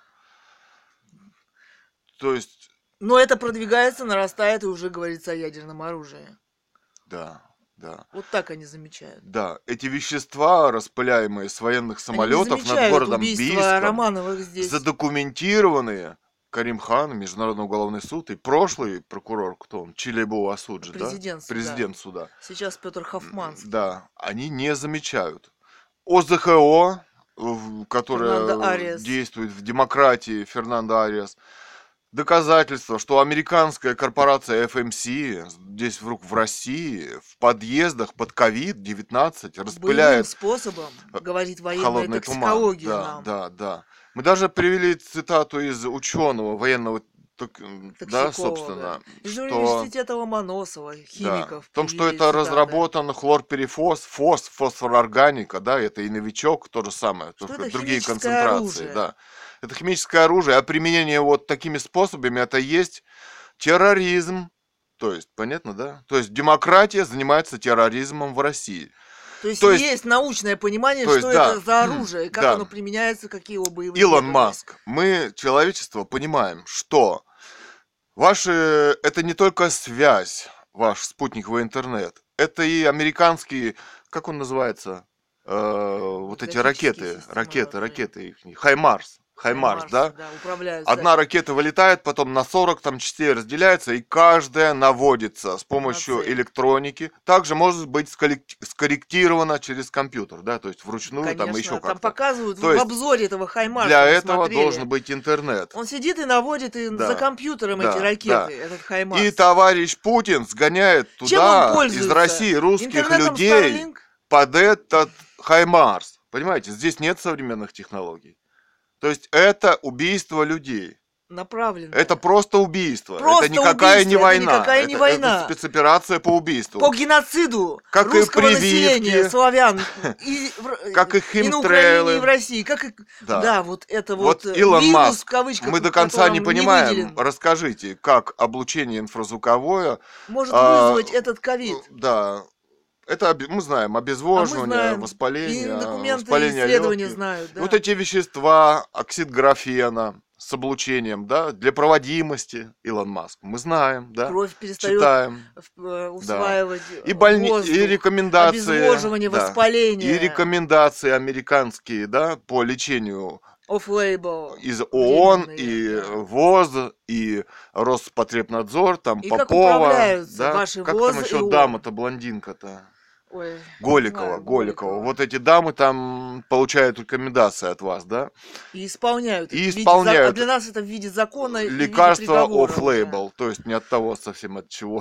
То есть, Но это продвигается, нарастает и уже говорится о ядерном оружии. да, да. Вот так они замечают. Да, эти вещества, распыляемые с военных Они не самолетов над замечают городом убийства Бийском, Романовых здесь. задокументированные. Карим Хан, Международный уголовный суд, и прошлый прокурор, кто он, Чилебу Асуджи, да? Президент суда. Президент суда. Сейчас Петр Хофманский. Да, они не замечают. ОЗХО, Фернандо которое Ариас. действует в демократии, Фернандо Ариас, доказательство, что американская корпорация FMC здесь в России в подъездах под COVID-19 Боевым распыляет способом, говорит военная холодный туман. токсикология Да, нам. да, да. Мы даже привели цитату из ученого, военного, да, Токсиколога. собственно, Из что университета Ломоносова, да, химиков. в том, что привели это цитаты. разработан хлорперифос, фосфорорганика, да, это и новичок, то же самое, Что только это другие химическое концентрации, оружие. да. Это химическое оружие, а применение вот такими способами это есть терроризм. То есть, понятно, да? То есть демократия занимается терроризмом в России. То есть То есть- есть научное понимание, то что есть, да, это за оружие, как да. оно применяется, какие его боевые Илон методы. Маск, мы, человечество, понимаем, что это не только связь, ваш спутниковый интернет, это и американские, как он называется, вот эти Экзотические системы ракеты их, Хаймарс, да? управляются. Одна ракета вылетает, потом на 40 там частей разделяется, и каждая наводится с помощью цель. электроники. Также может быть скорректирована через компьютер, да, то есть вручную, Конечно, там еще там как-то. показывают То в есть обзоре этого Хаймарса. Для мы этого смотрели. должен быть интернет. Он сидит и наводит и Да, за компьютером да, эти ракеты, этот Хаймарс. И товарищ Путин сгоняет Чем он туда из пользуется? России русских Интернетом людей Starlink? под этот Хаймарс. Понимаете, здесь нет современных технологий. То есть это убийство людей. Направленное. Это просто убийство. Просто это никакая убийство, не это война. никакая не война. Это спецоперация по убийству. По геноциду Как и русского населения, прививки, славян, как и и на Украине, химтрейлы. и в России. Как и... Да. вот это Вот вот Илон вирус, Маск, в кавычках, мы до конца не которым понимаем. выделен, Расскажите, как облучение инфразвуковое может а, вызвать этот ковид. Да, это мы знаем, обезвоживание, знаем. воспаление, И документы, воспаление исследования легких. знают. Да. Вот эти вещества, оксид графена с облучением, да, для проводимости, Илон Маск, мы знаем, да, Кровь перестает читаем. усваивать И, воздух, и рекомендации, обезвоживание, да, воспаление. и рекомендации американские, да, по лечению Off-label. из ООН, Временные, и да. ВОЗ, и Роспотребнадзор, там И как Попова, управляются да, ваши как ВОЗ там и еще ООН? дама-то, блондинка-то, Ой, Голикова. Вот эти дамы там получают рекомендации от вас, да? И исполняют. И это в виде исполняют а для нас это в виде закона и в виде лекарства приговора off-label, то есть не от того совсем, от чего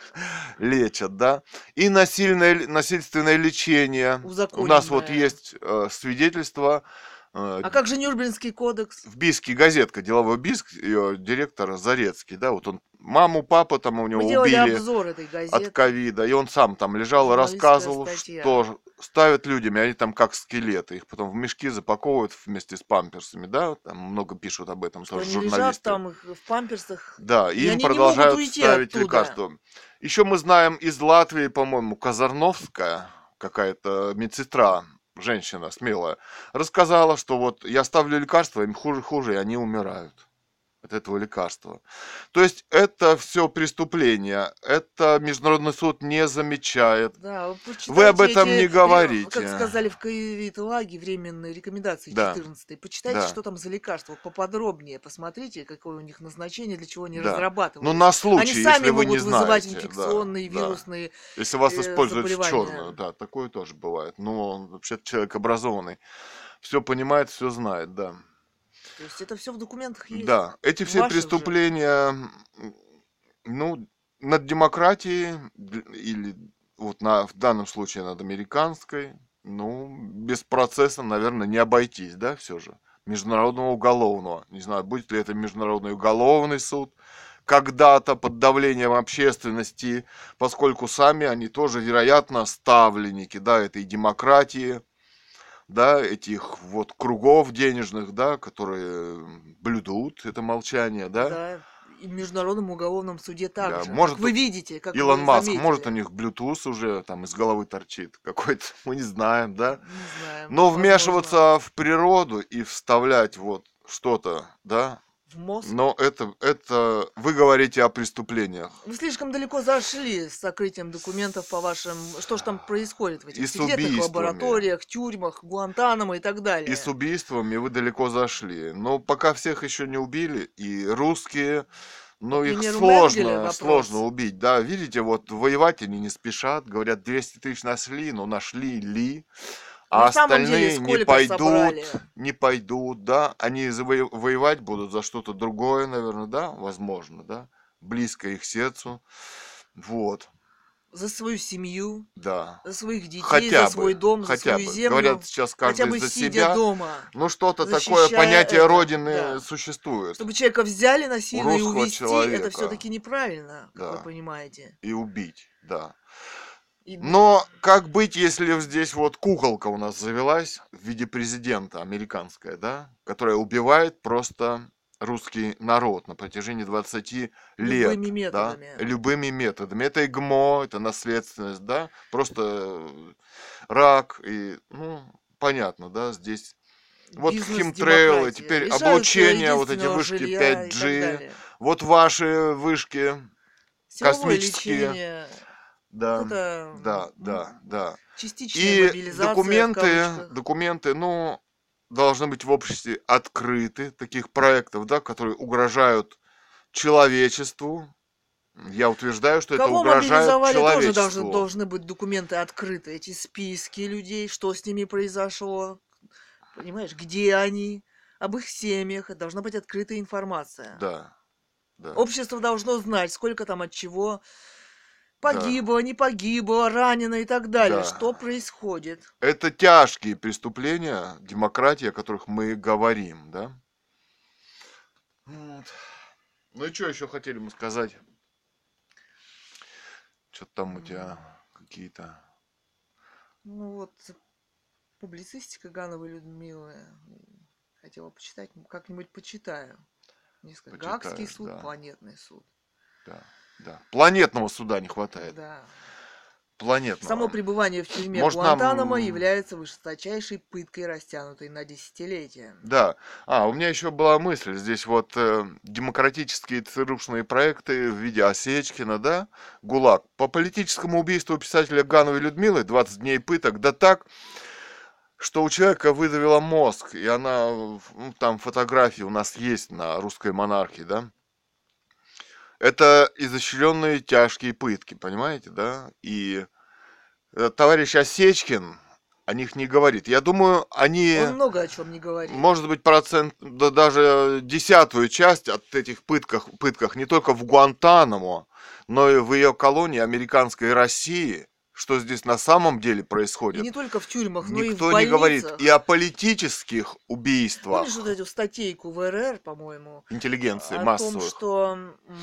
лечат, да? И насильственное лечение. У нас вот Узаконенное. есть свидетельство. А как же Нюрнбергский кодекс? В Бийске газетка, деловой Бийск, ее директор Зарецкий, да, вот он, маму, папу там у него Мы делали убили обзор этой от газеты. ковида, и он сам там лежал и Журналистская рассказывал, статья. что ставят людям, и они там как скелеты, их потом в мешки запаковывают вместе с памперсами, да, там много пишут об этом Что тоже они лежат журналисты. там в памперсах. Да, и и им они не продолжают могут уйти ставить оттуда. лекарства. Еще мы знаем из Латвии, по-моему, Казарновская, какая-то медсестра, женщина смелая, рассказала, что вот я ставлю лекарства, им хуже, и они умирают от этого лекарства. То есть это все преступление, это Международный суд не замечает. Да, вы почитайте Вы об этом эти, не говорите. Как сказали в ковид-лаге, временные рекомендации Да. 14. Почитайте, Да. что там за лекарства, поподробнее посмотрите, какое у них назначение, для чего они Да. разрабатывают. Ну, на случай, Они сами если вы могут не вызывать знаете. инфекционные, да. вирусные. Если вас используют в заболевания. черную, да, такое тоже бывает. Но он вообще человек образованный. Все понимает, все знает, да. То есть это все в документах есть. Да, эти все Ваших же. преступления, ну, над демократией, или вот в данном случае над американской, ну, без процесса, наверное, не обойтись, да, все же. Международного уголовного. Не знаю, будет ли это Международный уголовный суд, когда-то под давлением общественности, поскольку сами они тоже, вероятно, ставленники, да, этой демократии. да, этих вот кругов денежных, да, которые блюдут это молчание, да, Да, и в Международном уголовном суде да, также. Как может, вы видите, как Илон вы Маск, может, у заметили. них Bluetooth уже там из головы торчит какой-то, мы не знаем, да, Не знаем, но возможно. вмешиваться в природу и вставлять вот что-то, да, В мозг. но это вы говорите о преступлениях. Вы слишком далеко зашли с сокрытием документов по вашим... Что же там происходит в И этих с секретных убийствами. лабораториях, тюрьмах, Гуантанамо и так И с далее. убийствами вы далеко зашли. Но пока всех еще не убили, и русские, По ну их примеру Менгеле сложно вопрос. убить. Да, видите, вот воевать они не спешат. Говорят, 200 тысяч нашли, но нашли ли? А На самом деле, остальные сколько собрали? не пойдут, да. Они воевать будут за что-то другое, наверное, да, возможно, да. Близко их сердцу. Вот, За свою семью, да. за своих детей, за свой дом, за Хотя свою бы. Говорят, землю. сейчас Хотя каждый бы за сидя себя. дома, Ну, что-то такое защищая понятие это. Родины Да. существует Чтобы человека взяли у насильно и русского увезти, это человека, все-таки неправильно, как вы да, понимаете. и убить, да. И Но как быть, если здесь вот куколка у нас завелась в виде президента американская, да, которая убивает просто русский народ на протяжении 20 любыми лет, да, методами. любыми методами. Это ИГМО, это наследственность, да, просто рак и, ну, понятно, да, здесь вот Бизнес химтрейлы, демократии. теперь Лишают облучение, вот эти единственного вышки жилья и так 5G, далее. вот ваши вышки Силовое космические, лечение. Вот да, это да, да, да. частичная И мобилизация в кавычках. документы, ну, должны быть в обществе открыты, таких проектов, да, которые угрожают человечеству. Я утверждаю, что это Кого угрожает мобилизовали, тоже человечеству. должны быть документы открыты. Эти списки людей, что с ними произошло, понимаешь, где они, об их семьях. Это должна быть открытая информация. Да, да, Общество должно знать, сколько там от чего да, погибло, не погибло, ранено и так далее. да. Что происходит? Это тяжкие преступления демократии, о которых мы говорим, да? Вот. Ну и что еще хотели мы сказать? Что там у тебя какие-то... Ну вот, публицистика Гановой Людмилы. Хотела почитать, как-нибудь почитаю. Несколько. Гаагский Почитаешь, суд, да, планетный суд. да, да. Планетного суда не хватает. Да. Само Планетного. пребывание в тюрьме Может Гуантанамо нам... является высочайшей пыткой, растянутой на десятилетия. Да. У меня еще была мысль. Здесь вот демократические ЦРУшные проекты в виде Осечкина, да? ГУЛАГ. По политическому убийству писателя Гановой Людмилы 20 дней пыток. Да так, что у человека выдавило мозг. И она... Ну, там фотографии у нас есть на русской монархии, да? Это изощренные тяжкие пытки, понимаете, да? И товарищ Осечкин о них не говорит. Я думаю, они, Он много о чем не говорит. может быть, процент, да даже десятую часть от этих пытках не только в Гуантанамо, но и в ее колонии американской России, что здесь на самом деле И происходит, не только в тюрьмах, но и в никто не говорит. И больницах. о политических Помнишь вот убийствах эту статейку в РР, по-моему, интеллигенции о том, массовых. что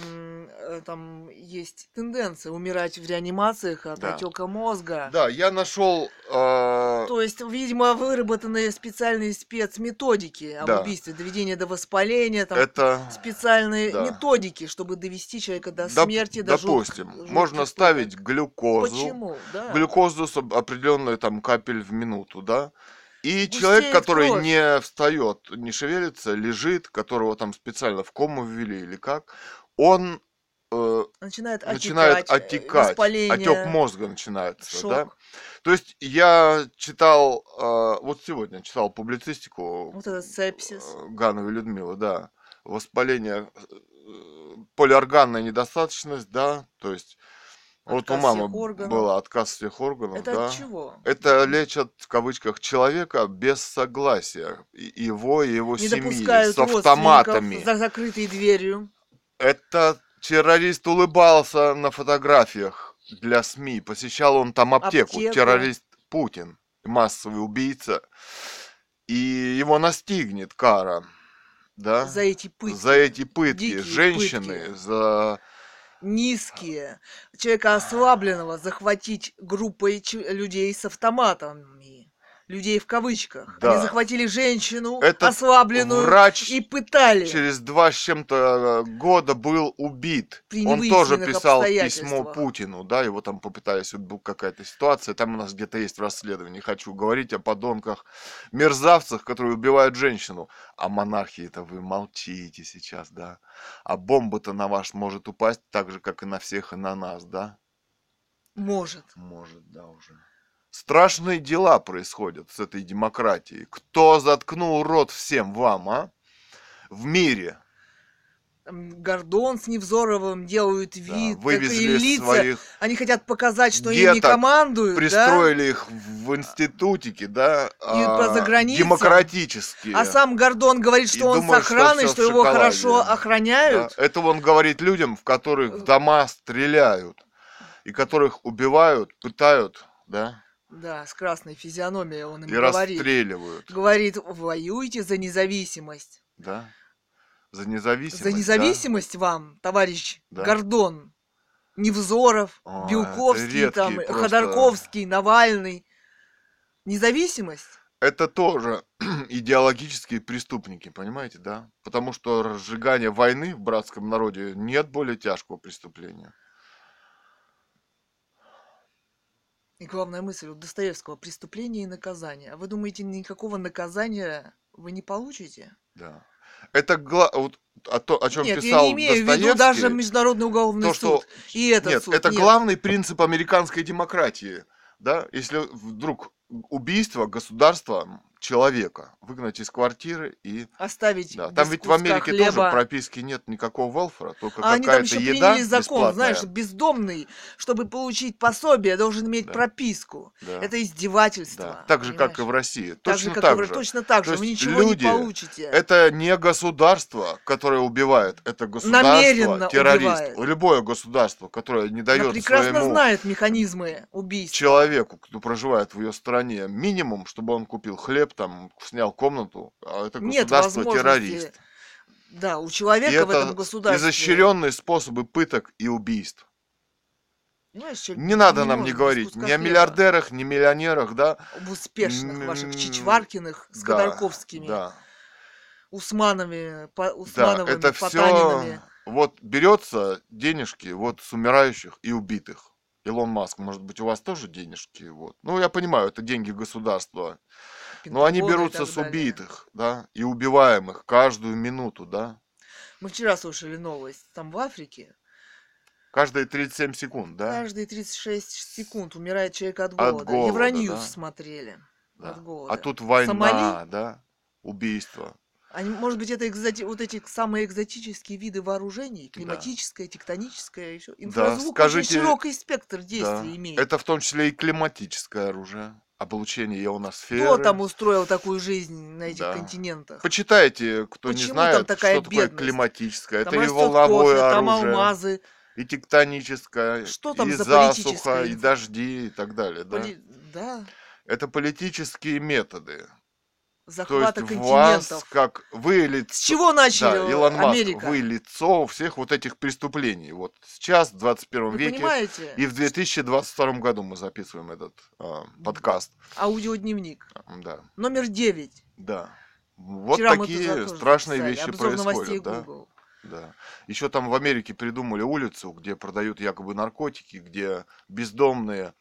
там есть тенденция умирать в реанимациях от Да. отека мозга. Да, я нашел... То есть, видимо, выработанные специальные спецметодики об да, убийстве, доведение до воспаления, там это... специальные Да. методики, чтобы довести человека до смерти, до Допустим, можно жутких ставить пыток. глюкозу, Почему? Да. глюкозу с определенной там капель в минуту, да, и человек, Густеет который кровь. не встает, не шевелится, лежит, которого там специально в кому ввели или как, он Начинает начинает отекать, отекать, отек воспаление, мозга начинается, да. шок. То есть я читал, вот сегодня читал публицистику Вот этот сепсис. Гановой Людмилы, да, воспаление, полиорганная недостаточность, да, то есть вот у Отказ мамы всех органов. был отказ всех органов, Это от да. чего? Это лечат, в кавычках, человека без согласия его и его Не семьи, допускают с автоматами. родственников за закрытой дверью. Этот террорист улыбался на фотографиях для СМИ. Посещал он там аптеку. Аптеку. Террорист Путин, массовый убийца. И его настигнет кара, да? За эти пытки. За эти пытки. Дикие Женщины, пытки. за... Низкие. Человека ослабленного захватить группой людей с автоматами. людей в кавычках. Они Да. захватили женщину, Этот ослабленную, врач и пытали через 2 с чем-то года был убит. при Он тоже невыясненных писал письмо обстоятельствах. Путину, да, его там попытались, вот была какая-то ситуация, там у нас где-то есть расследование, не хочу говорить о подонках, мерзавцах, которые убивают женщину. А монархии-то вы молчите сейчас, да. А бомба-то на ваш может упасть так же, как и на всех, и на нас, да? Может. Может, да, уже. Страшные дела происходят с этой демократией. Кто заткнул рот всем вам, а? В мире. Там Гордон с Невзоровым делают Да, вид, такие вывезли лица. своих Они хотят показать, что им не деток, командуют, да? пристроили их в институтики, да, Едут по заграницам. демократические. А сам Гордон говорит, И что он с думают, что охраной, всё в что его шоколаде. хорошо Да. охраняют. Это он говорит людям, в которых в дома стреляют, и которых убивают, пытают, да, Да, с красной физиономией он им и говорит. расстреливают, Говорит, воюйте за независимость. да, за независимость. За независимость вам, товарищ Да. Гордон, Невзоров, О, это Белковский, там, редкий просто- Ходорковский, Навальный. Независимость? Это тоже идеологические преступники, понимаете, да? Потому что разжигание войны в братском народе нет более тяжкого преступления. И главная мысль у Достоевского — преступление и наказание. А вы думаете, никакого наказания вы не получите? Да. Это вот, о чем Нет, писал я не имею в виду Достоевский. даже Международный уголовный То, что... суд. И этот Нет, суд. это Нет. главный принцип американской демократии. Да? Если вдруг убийство государства человека выгнать из квартиры и... Оставить Да. без Там ведь в куска Америке хлеба. тоже прописки нет никакого велфора, только А они там какая-то еще еда приняли закон, бесплатная. знаешь, бездомный, чтобы получить пособие, должен иметь Да. прописку. Да. Это издевательство. Да. Так же, как и в понимаешь? России. Так же, Точно как и так же. точно так же. То Вы есть ничего люди, не получите. это не государство, которое убивает, это государство, Намеренно террорист. убивает. Любое государство, которое не Она дает прекрасно своему знает механизмы убийства. человеку, кто проживает в ее стране, минимум, чтобы он купил хлеб, там, снял комнату, а это Нет государство возможности. террорист. Да, у И человека в этом это государстве. изощренные способы пыток и убийств. Понимаешь, человек Не надо нам не может без говорить куска ни о хлеба. миллиардерах, ни миллионерах, да. Об успешных ваших М, Чичваркиных с да, Ходорковскими, Да, Усмановыми, да, Усмановыми, это все Потанинами. вот берется денежки вот с умирающих и убитых. Илон Маск, может быть, у вас тоже денежки, вот. Ну, я понимаю, это деньги государства. Но они Пентагона и берутся так с далее. убитых, да, и убиваемых каждую минуту, да. Мы вчера слушали новость. Там в Африке Каждые 37 секунд, да. каждые 36 секунд умирает человек от От голода. голода, Евроньюз да. смотрели. Да. От голода. А тут война, Сомали? да, убийство. Может быть, это вот эти самые экзотические виды вооружений, Да. климатическое, тектоническое, еще. Да, Инфразвук скажите, очень широкий спектр да, действий имеет. это в том числе и климатическое оружие, облучение ионосферы. Кто там устроил такую жизнь на этих Да. континентах? Почитайте, кто не Почему знает, там такая что такое бедность? климатическое. Там Это и растет волновое кофе, там оружие, алмазы. и тектоническое, Что там и за засуха, политическая и дожди, и так далее. Да? Да, Это политические методы. То есть захвата вас, континентов. как вы С лицо, чего начали да, Илон Маск, Америка? вы лицо всех вот этих преступлений. Вот сейчас, в 21 Вы веке, понимаете? и в 2022 году мы записываем этот подкаст. Аудиодневник. Да, Номер 9. да. Вот Вчера мы такие тоже страшные записали. вещи Обзор новостей происходят. Да? Google. Да. Еще там в Америке придумали улицу, где продают якобы наркотики, где бездомные,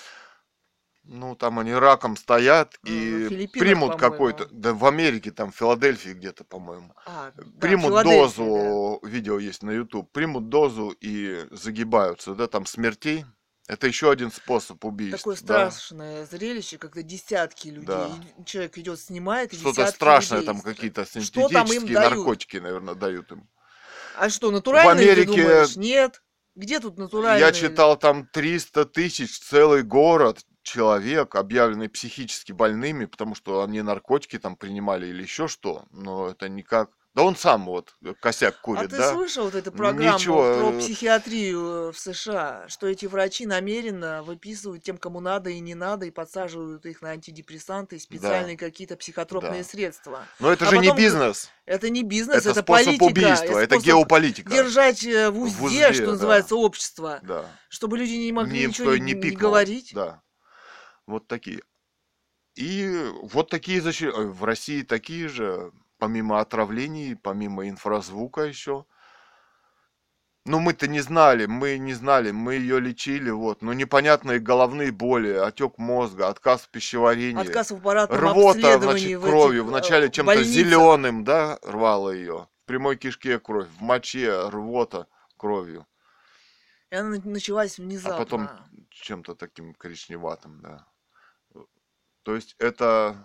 ну там они раком стоят На и Филиппинах, примут по-моему. какой-то, да в Америке, там в Филадельфии где-то, по-моему, Да, примут Филадельфия, дозу, видео есть на YouTube, примут дозу и загибаются, да, там смертей. Это еще один способ да. убийств. Такое Да. страшное зрелище, когда десятки людей. Да. И человек идет, снимает, и Что-то десятки страшное, людей. там какие-то Что там им синтетические дают? наркотики, наверное, дают им. А что, натуральные, В Америке- ты думаешь? Нет. Где тут натуральные? Я читал, там 300 тысяч, целый город человек, объявленный психически больными, потому что они наркотики там принимали или еще что. Но это никак... Да он сам вот косяк А курит, ты да? слышал вот эту программу Ничего, про психиатрию в США, что эти врачи намеренно выписывают тем, кому надо и не надо, и подсаживают их на антидепрессанты и специальные какие-то психотропные Да. средства. Но это А же не потом бизнес. Это не бизнес, Это это способ политика, убийства, это способ геополитика. держать в узде, что да. называется, общество, Да. чтобы люди не могли Никто ничего не не пикнул. говорить. Да. Вот такие. И вот такие в России такие же, помимо отравлений, помимо инфразвука еще. Ну, мы не знали, мы ее лечили, вот. Но непонятные головные боли, отек мозга, отказ в пищеварении, Отказ в аппаратном рвота, обследовании значит, в кровью. этих Вначале чем-то больницах. зеленым, да, рвало ее. В прямой кишке кровь, в моче рвота кровью. И она началась А потом внезапно. чем-то таким коричневатым, да. То есть это,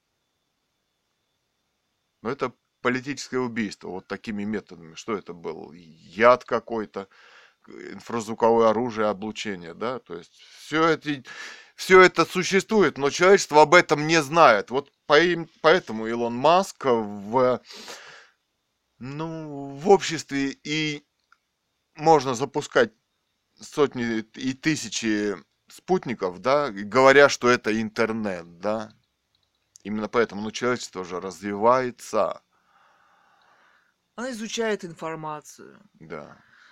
ну, это политическое убийство вот такими методами. Что это был? Яд какой-то, инфразвуковое оружие, облучение, да? То есть все это существует, но человечество об этом не знает. Вот поэтому Илон Маск ну, в обществе и можно запускать сотни и тысячи спутников, да, говоря, что это интернет, да. Именно поэтому, ну, человечество уже развивается, Она изучает информацию. да.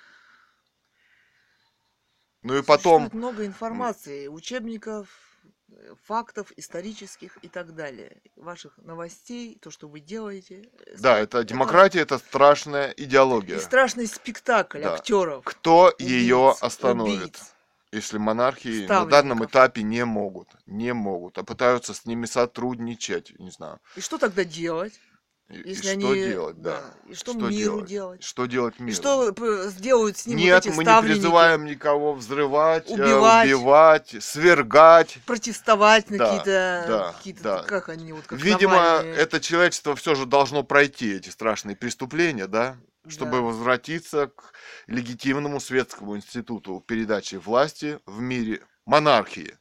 Ну и потом, Существует много информации, учебников, фактов исторических и так далее. Ваших новостей, то, что вы делаете. да, это Это демократия, это страшная и идеология, страшный спектакль да. актеров, Кто ее убийц, остановит? убийц, Если монархии на данном ставленников. этапе не могут, а пытаются с ними сотрудничать, не знаю. И что тогда делать, И если что они, делать, да. да, и что Что миру делать? делать? Что делать И миру? что сделают с ним вот Нет, эти мы не ставленники? призываем никого взрывать, Убивать, убивать, свергать. протестовать на Да, да, какие-то, да. как они, вот как Видимо, Навальный. это человечество все же должно пройти эти страшные преступления, да, чтобы Да. возвратиться к легитимному светскому институту передачи власти в мире, монархии.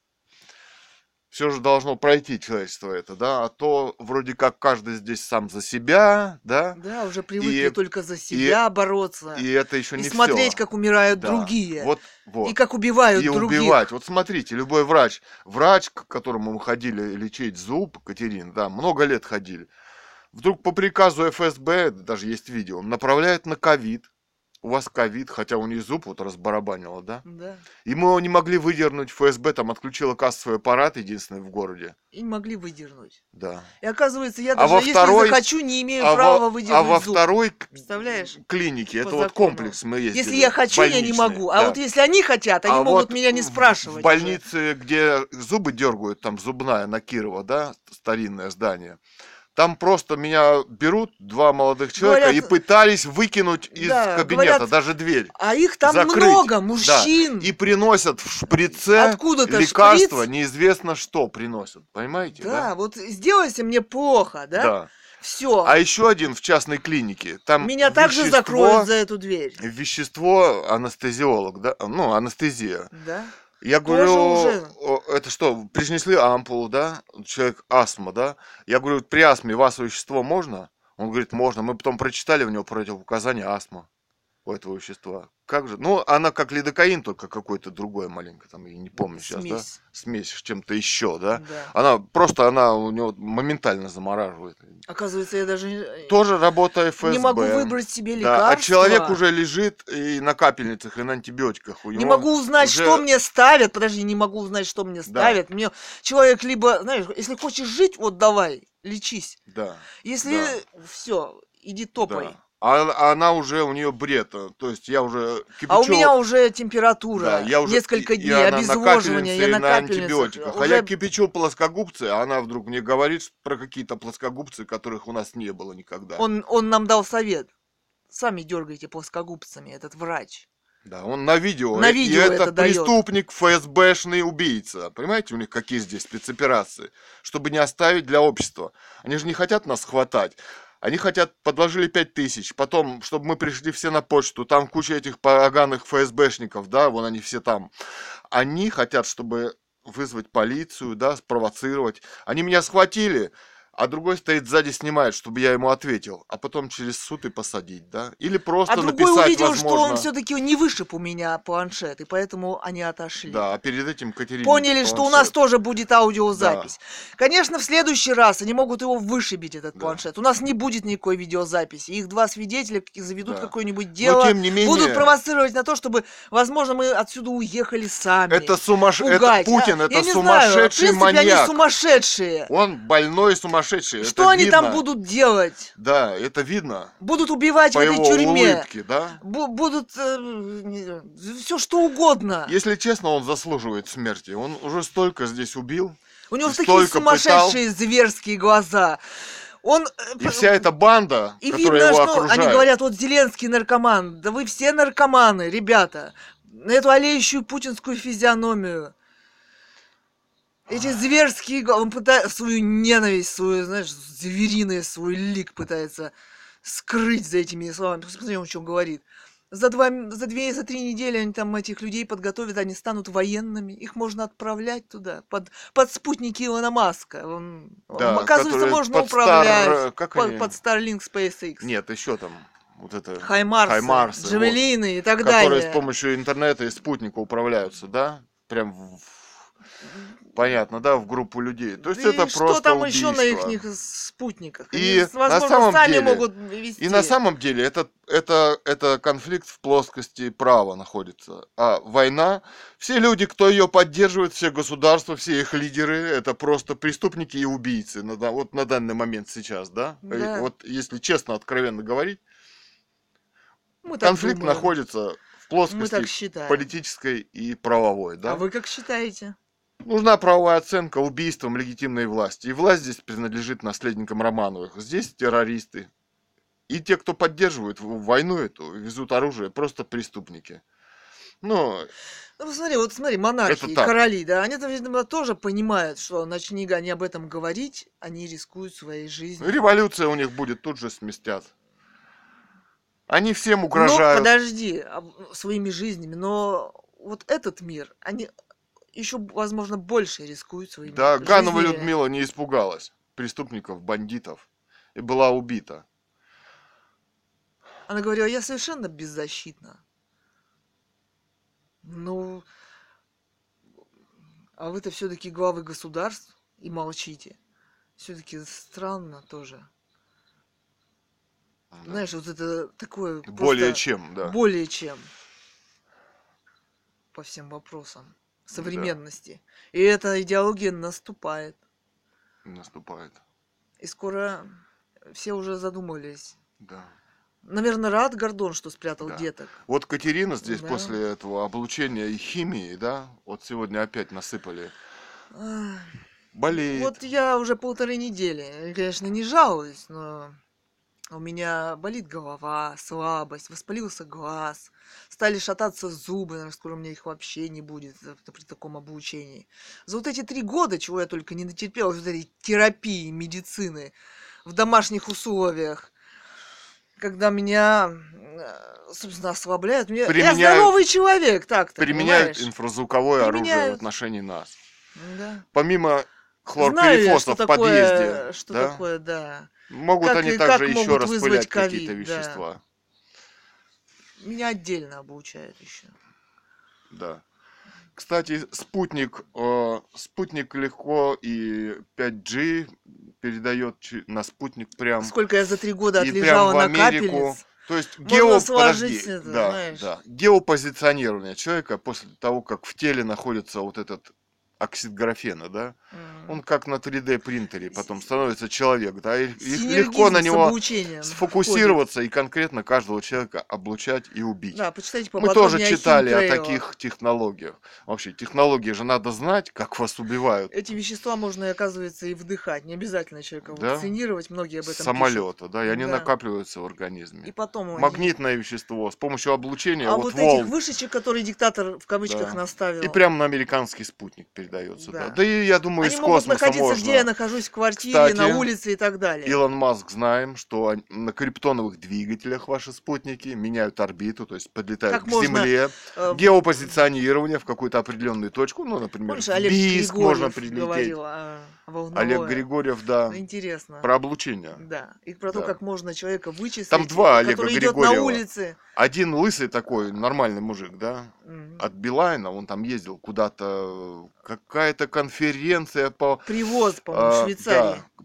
Все же должно пройти человечество это, да, а то вроде как каждый здесь сам за себя, да, Да, уже привыкли и, только за и, себя бороться и это еще и не смотреть, все, как умирают да, другие и вот, как и убивают убивать. других. Вот смотрите, любой врач, к которому мы ходили лечить зуб, Катерин, да, много лет ходили, вдруг по приказу ФСБ, даже есть видео, направляют на ковид. У вас ковид, хотя у нее зуб вот разбарабанило, да? Да. И мы его не могли выдернуть, ФСБ там отключила кассовый аппарат, единственный в городе. И не могли выдернуть. Да. И оказывается, я А даже во если второй, захочу, не имею права а выдернуть во зуб. второй Представляешь? клинике, По это вот закону. комплекс мы ездили, Если я хочу, я не больничный, могу. А да. вот если они хотят, они А могут вот меня не в спрашивать уже. больнице, где зубы дергают, там зубная на Кирова, да, старинное здание, там просто меня берут два молодых человека Говорят, и пытались выкинуть из да, кабинета, говорят, даже дверь а их там закрыть. много, Да. мужчин. И приносят в шприце Откуда-то лекарства, шприц. неизвестно что приносят. Понимаете, да? Да, вот сделайте мне плохо, да? Да. Все. А еще один в частной клинике. Там Меня также закроют за эту дверь. вещество анестезиолог, да? Ну, анестезия. Да. Я Тоже говорю, уже. это что, принесли ампулу, да? Человек астма, да? Я говорю, при астме вас вещество можно? Он говорит, можно. Мы потом прочитали у него противопоказания астма у этого вещества. Как же? Ну, она как лидокаин, только какой-то другой маленько, там, я не помню сейчас, да? Смесь. Смесь с чем-то еще, да? Да. Она у него моментально замораживает. Оказывается, я даже Тоже работа ФСБ. не могу выбрать себе Да, а лекарство. человек уже лежит и на капельницах, и на антибиотиках. У Не него могу узнать, уже- что мне ставят. Подожди, не могу узнать, что мне Да. ставят. Мне человек либо, знаешь, если хочешь жить, вот давай, лечись. Да. Если все, иди топай. Да. А она уже, у нее бред. То есть я уже кипячу. А у меня уже температура, Да, я уже, несколько и дней, она на обезвоживание, капельнице я и на на капельницах. антибиотиках. А Уже я кипячу плоскогубцы, а она вдруг мне говорит про какие-то плоскогубцы, которых у нас не было никогда. он нам дал совет. Сами дергайте плоскогубцами, этот врач. Да, он на видео. На И видео это это даёт. преступник, ФСБшный убийца. Понимаете, у них какие здесь спецоперации? Чтобы не оставить для общества. Они же не хотят нас хватать. Они хотят, подложили 5000, потом, чтобы мы пришли все на почту, там куча этих поганых ФСБшников, да, вон они все там. Они хотят, чтобы вызвать полицию, да, спровоцировать. Они меня схватили, а другой стоит сзади, снимает, чтобы я ему ответил, а потом через суд и посадить, да? Или просто А другой написать, увидел, что он возможно, все-таки не вышиб у меня планшет, и поэтому они отошли. да, а перед этим Катерине Поняли, что у нас планшет. тоже будет Да, аудиозапись. Конечно, в следующий раз они могут его вышибить, этот да, планшет. У нас не будет никакой видеозаписи. Их два свидетеля заведут да. какое-нибудь Но дело, тем не будут менее, провоцировать на то, чтобы, возможно, мы отсюда уехали сами. это Пугать. Путин, Я это не знаю, в сумасшедший принципе, они маньяк. сумасшедшие. Он больной сумасшедший, Что это они там видно. будут делать? Да, это видно Будут убивать по в этой его тюрьме. улыбке, да? Будут все что угодно. Если честно, он заслуживает смерти. Он уже столько здесь убил, У него и такие столько пытал. сумасшедшие зверские глаза. Он... И вся эта банда, И которая видно, его что окружает. они говорят, вот Зеленский наркоман. Да вы все наркоманы, ребята. На эту олеющую путинскую физиономию. Эти зверские... Он пытается свою ненависть, свою, знаешь, звериный свой лик пытается скрыть за этими словами. Посмотри, он что говорит. За 3 недели они там этих людей подготовят, они станут военными. Их можно отправлять туда, под спутники Илона Маска. Да, Оказывается, которые можно под управлять как они? под Starlink SpaceX. Нет, еще там вот это Хаймарсы, Джавелины и так которые с далее. помощью интернета и спутника управляются, да? Прям понятно, да, в группу людей. То есть И это что просто там убийство. еще на их спутниках? И Они, на возможно, самом сами деле- могут вести. И на самом деле это конфликт в плоскости права находится. А война, все люди, кто ее поддерживает, все государства, все их лидеры, это просто преступники и убийцы. Вот на данный момент сейчас, да? Да. Вот если честно, откровенно говорить, Мы так конфликт думаем. находится в Мы так плоскости считаем. политической и правовой, да? А вы как считаете? Нужна правовая оценка убийствам легитимной власти. И власть здесь принадлежит наследникам Романовых. Здесь террористы. И те, кто поддерживает войну эту, везут оружие, просто преступники. Ну, Ну, вот смотри, монархи, Это так. короли, да, они-то, видимо, тоже понимают, что начни они об этом говорить, они рискуют своей жизнью. революция у них будет, тут же сместят. Они всем Ну, угрожают. подожди, своими жизнями, но вот этот мир, они еще, возможно, больше рискуют своими Да, жизнями. Ганова Людмила не испугалась преступников, бандитов и была убита. Она говорила, я совершенно беззащитна. Ну, а вы-то все-таки главы государств и молчите. Все-таки странно тоже. Да. Знаешь, вот это такое... Более просто чем, да. Более чем. По всем вопросам современности. И эта идеология наступает. Наступает. И скоро все уже задумались. Да. Наверное, рад Гордон, что спрятал Да. деток. Вот Катерина здесь Да. после этого облучения и химии, да, вот сегодня опять насыпали. Ах, Болеет. Вот я уже 1,5 недели, конечно, не жалуюсь, но у меня болит голова, слабость, воспалился глаз, стали шататься зубы, наверное, скоро у меня их вообще не будет при таком облучении. За вот эти 3 года, чего я только не натерпела, вот этой терапии, медицины в домашних условиях, когда меня, собственно, ослабляют. Я здоровый человек, так-то, Применяют понимаешь? инфразвуковое оружие в Применяют. отношении нас. Да. Помимо Знаю я, хлорперифоса что в подъезде, что да, такое, да. могут Как они и- также как еще могут вызвать распылять какие-то ковид, да. вещества. Меня отдельно обучают еще. Да. Кстати, спутник легко и 5G передает на спутник прям. Сколько я за 3 года И отлежала прям в на Америку. капельниц. То есть Можно сложить это, да, знаешь. да. Геопозиционирование человека после того, как в теле находится вот этот оксид графена, да, он как на 3D принтере потом становится человек, да, и легко на Синергизм с него облучением сфокусироваться и конкретно каждого человека облучать и убить. входит. Да, почитайте Мы поподробнее тоже о читали о химтрейлах. таких технологиях. Вообще, технологии же надо знать, как вас убивают. Эти вещества можно, оказывается, и вдыхать. Не обязательно человека Да. вакцинировать. Многие об С этом самолета, да, и они Да. накапливаются в пишут. организме. И потом... они- Магнитное вещество с помощью облучения А вот вот волн. этих вышечек, которые диктатор в кавычках Да. наставил. И прямо на американский спутник передают. передается, да. Да. Да и я думаю, Они из могут космоса находиться, где я можно. нахожусь, в квартире, на Кстати, улице и так далее. Илон Маск, знаем, что на криптоновых двигателях ваши спутники меняют орбиту, то есть подлетают Как к можно... Земле. э, Геопозиционирование в какую-то определенную точку, ну, например, Помнишь, в Олег Бийск можно Григорьев прилететь. говорил Олег волновое. Григорьев, да, Интересно. про облучение. Да. И про то, Да. как можно человека Там вычислить, два Олега который идет на Григорьева. улице. Один лысый такой, нормальный мужик, да, Мгм. от Билайна, он там ездил куда-то, какая-то конференция по, Привоз, по-моему, Швейцарии. да,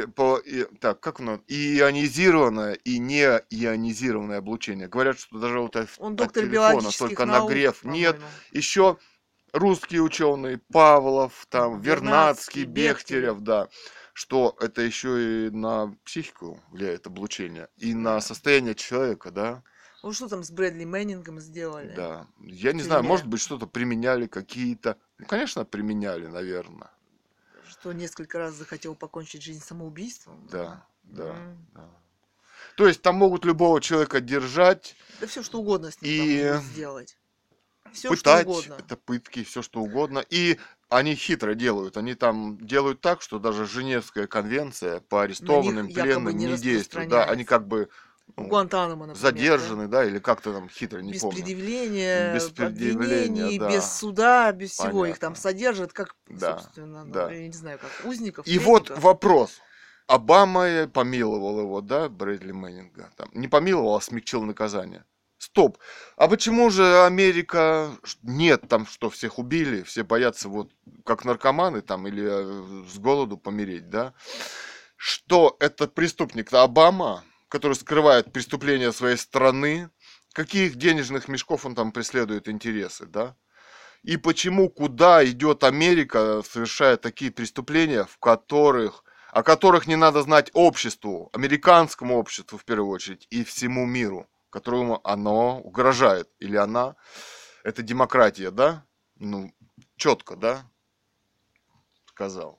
так, как оно, ионизированное и не ионизированное облучение. Говорят, что даже вот Он от доктор телефона биологических только наук, нагрев. Нет, по-моему. еще русские ученые, Павлов, там, Вернадский, Вернадский, Бехтерев. Бехтерев, да, что это еще и на психику влияет облучение, и на Да. состояние человека, да. Ну что там с Брэдли Мэннингом сделали Да. Я в не знаю, может тюрьме? быть, что-то применяли какие-то. Ну, конечно, применяли, наверное. Что несколько раз захотел покончить жизнь самоубийством? Да, да, М. да. То есть там могут любого человека держать Да все что угодно с ним там и могут сделать. Все что пытать, угодно. это пытки, все что угодно. И они хитро делают. Они там делают так, что даже Женевская конвенция по На них арестованным, якобы пленным не не действует. Да, они распространяется. как бы В ну, Гуантанамо, например, да? задержаны, да, или как-то там хитро, не Без помню. предъявления Без предъявления, обвинений, без да, суда, без всего. Их там понятно. содержат, как, Да, собственно, ну, да. я не знаю, как узников, И вот пленников. вопрос. Обама помиловал его, да, Брэдли Мэннинга. Там, не помиловал, а смягчил наказание. Стоп. А почему же Америка... Нет, там что, всех убили, все боятся вот как наркоманы там или с голоду помереть, да? Что это преступник Обама, который скрывает преступления своей страны, каких денежных мешков он там преследует интересы, да? И почему, куда идет Америка, совершая такие преступления, о которых не надо знать обществу, американскому обществу в первую очередь, и всему миру, которому оно угрожает. Или она, это демократия, да? Ну, четко, да? Сказал.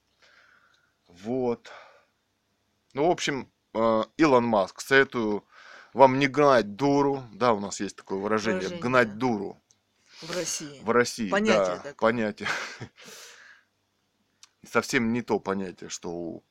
Вот. Ну, в общем, Илон Маск, советую вам не гнать дуру. Да, у нас есть такое выражение, гнать Выражение дуру. в России. В России, Понятие да, такое. понятие. Совсем не то понятие, что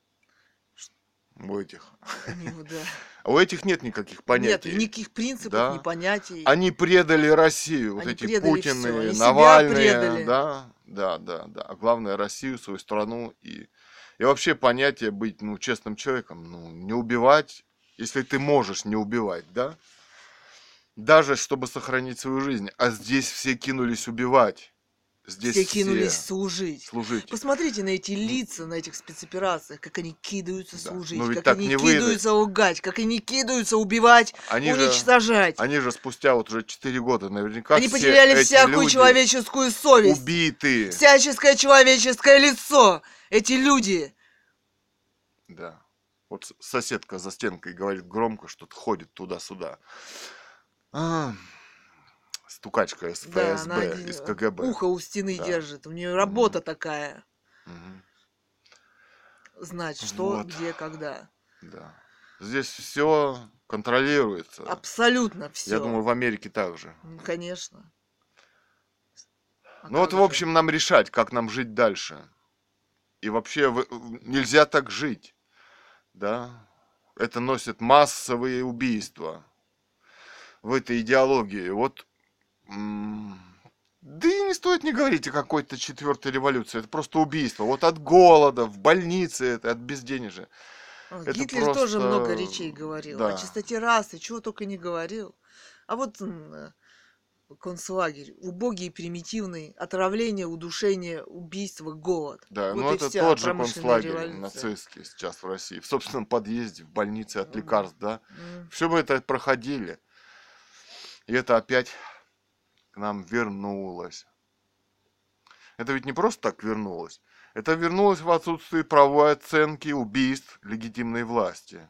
у этих. Да. А у этих нет никаких Нет понятий. никаких принципов, ни Да. понятий. Они предали Россию. Вот Они эти предали все. Путины, Они себя Навальные. предали. Да, да, да, да. А главное Россию, свою страну. И вообще понятие быть ну, честным человеком. Ну, не убивать, если ты можешь не убивать, да? Даже чтобы сохранить свою жизнь. А здесь все кинулись убивать. Здесь Все кинулись все служить. служить. Посмотрите на эти лица, на этих спецоперациях, как они кидаются Да. Но служить, ведь как так они не выйдет. кидаются лгать, как они кидаются убивать, Они уничтожать. же спустя вот уже 4 года наверняка Они все потеряли эти всякую люди человеческую совесть, убиты. всяческое человеческое лицо. Эти люди. Да. Вот соседка за стенкой говорит громко, что-то ходит туда-сюда. Стукачка из Да, она ФСБ, из КГБ. ухо у стены Да. держит. У нее работа такая. Мгм. Знать, что, Вот. где, когда. Да. Здесь все контролируется. Абсолютно Я все. думаю, в Америке также. Конечно. А Ну вот, как в же? общем, нам решать, как нам жить дальше. И вообще нельзя так жить. Да? Это носит массовые убийства в этой идеологии. Вот да и не стоит не говорить о какой-то четвертой революции. Это просто убийство. Вот от голода, в больнице, это от безденежья. Это Гитлер тоже много просто... речей говорил. О Да. чистоте расы, чего только не говорил. А вот концлагерь. Убогий, примитивный. Отравление, удушение, убийство, голод. Да, Вот но и это вся тот же промышленная концлагерь революция. нацистский сейчас в России. В собственном подъезде, в больнице от лекарств, да. М. Все мы это проходили. И это опять к нам вернулось. Это ведь не просто так вернулось. Это вернулось в отсутствие правовой оценки убийств легитимной власти.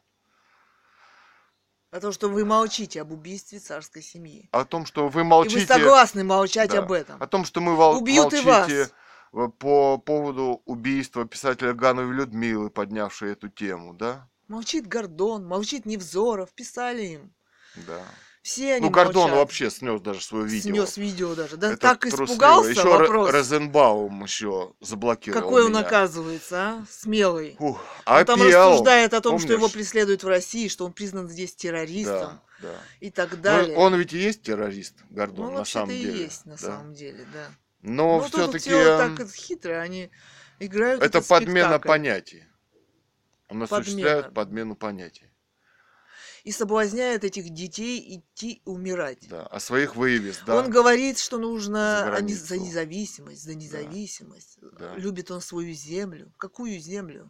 А то, что вы молчите об убийстве царской семьи. О том, что вы И молчите... вы согласны молчать Да. об этом. О том, что мы Убьют и вас. молчите по поводу убийства писателя Гановой Людмилы, поднявшей эту тему, да? Молчит Гордон, молчит Невзоров, писали им. Да. Все Ну, они Гордон молчат. вообще снес даже свое видео. Снес видео даже. Да Это так трусливо. испугался, Еще вопрос. Розенбаум еще заблокировал Какой он, меня. оказывается, а? Смелый. Фух. Он там пел, рассуждает о том, что его помнишь? преследуют в России, что он признан здесь Да, террористом да. и так Ну, далее. он ведь и есть террорист, Ну, Гордон, на вообще-то самом и деле. есть, на Да. самом деле, да. Но Но тут все-таки все так хитро, они играют это этот подмена спектакль. понятий. Он осуществляет Подмена. подмену понятий. И соблазняет этих детей идти умирать. Да. А своих вывез, да. Он говорит, что за нужно за границу. независимость, за независимость. Да. Любит он свою землю. Какую землю?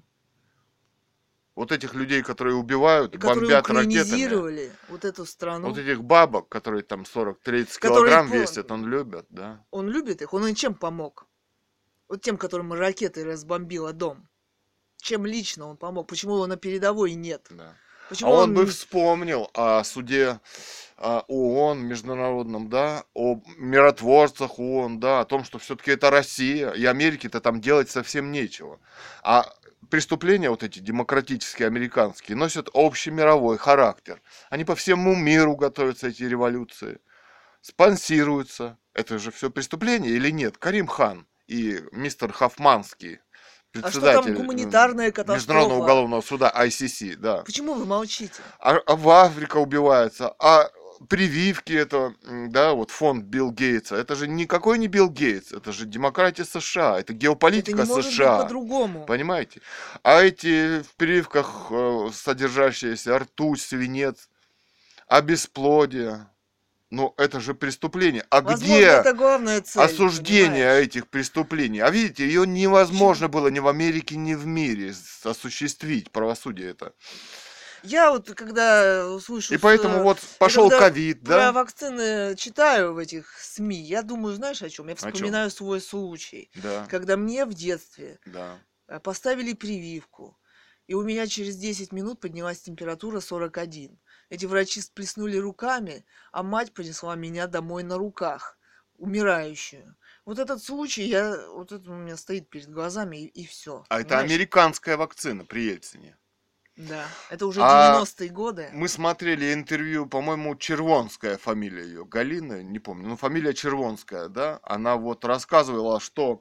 Вот этих людей, которые убивают, И которые бомбят ракетами. украинизировали вот эту страну. Вот этих бабок, которые там 40-30 Которые килограмм по- весят, он любит, да. Он любит их, он им чем помог? Вот тем, которым ракетой разбомбила дом. Чем лично он помог? Почему его на передовой нет? Да. Почему А он бы вспомнил о суде ООН международном, да, о миротворцах ООН, да, о том, что все-таки это Россия, и Америке-то там делать совсем нечего. А преступления вот эти демократические, американские, носят общемировой характер. Они по всему миру готовятся, эти революции, спонсируются. Это же все преступление или нет? Карим Хан и мистер Хофманский, А что там председатель гуманитарная Международного катастрофа? уголовного суда ICC, да. Почему вы молчите? А в Африке убивается, а прививки это, да, вот фонд Билл Гейтса, это же никакой не Билл Гейтс, это же демократия США, это Это геополитика не может быть США, по-другому. понимаете? А эти в прививках содержащиеся ртуть, свинец, а бесплодие, ну это же преступление. А Возможно, где это главная цель. осуждение понимаешь? этих преступлений? А видите, ее невозможно было ни в Америке, ни в мире осуществить, правосудие это. Я вот когда слышу... И поэтому вот я пошел когда ковид, про да? вакцины читаю в этих СМИ, я думаю, знаешь о чем? Я чём? вспоминаю свой случай, Да, когда мне в детстве да. поставили прививку, и у меня через 10 минут поднялась температура 41. Эти врачи сплеснули руками, а мать понесла меня домой на руках, умирающую. Вот этот случай, вот это у меня стоит перед глазами, и все. А это американская вакцина при Ельцине. Да, это уже А 90-е годы. мы смотрели интервью, по-моему, Червонская фамилия ее, Галина, не помню, но фамилия Червонская, да? Она вот рассказывала, что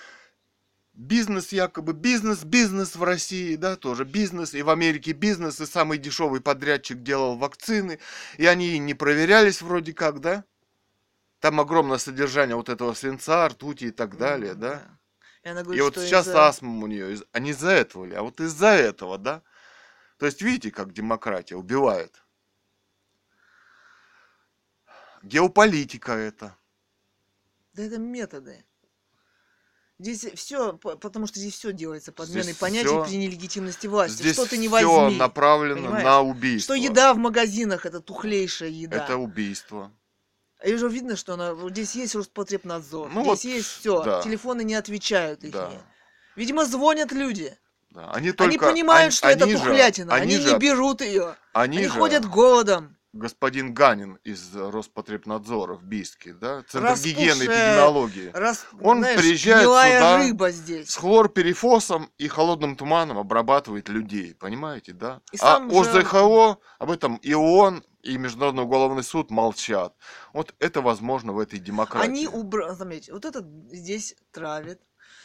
бизнес якобы, бизнес в России, да, тоже бизнес, и в Америке бизнес, и самый дешевый подрядчик делал вакцины, и они не проверялись вроде как, да? Там огромное содержание вот этого свинца, ртути и так далее, да? И она И говорит, вот что сейчас из-за... астма у нее, а не из-за этого ли, а вот из-за этого, да? То есть видите, как демократия убивает. Геополитика это. Да это методы. Здесь все, потому что здесь все делается подменой Здесь понятий всё- при нелегитимности власти. Здесь Что ты не все возьми. направлено понимаешь? на убийство. Что еда в магазинах это тухлейшая еда. Это убийство. И уже видно, что вот здесь есть Роспотребнадзор, Ну здесь вот, есть все. да. Телефоны не отвечают их. Да. Видимо, звонят люди. Да. Они Они только, понимают, что это же- тухлятина. Они же- не берут ее. Они же- ходят голодом. господин Ганин из Роспотребнадзора в Бийске, да, Центр гигиены и Распухшая, эпидемиологии. Он знаешь, приезжает гнилая сюда рыба здесь. с хлорперифосом и холодным туманом обрабатывает людей, понимаете, да? И А сам же- ОЗХО, об этом и ООН, и Международный уголовный суд молчат. Вот это возможно в этой демократии. Они заметьте, вот этот здесь травит.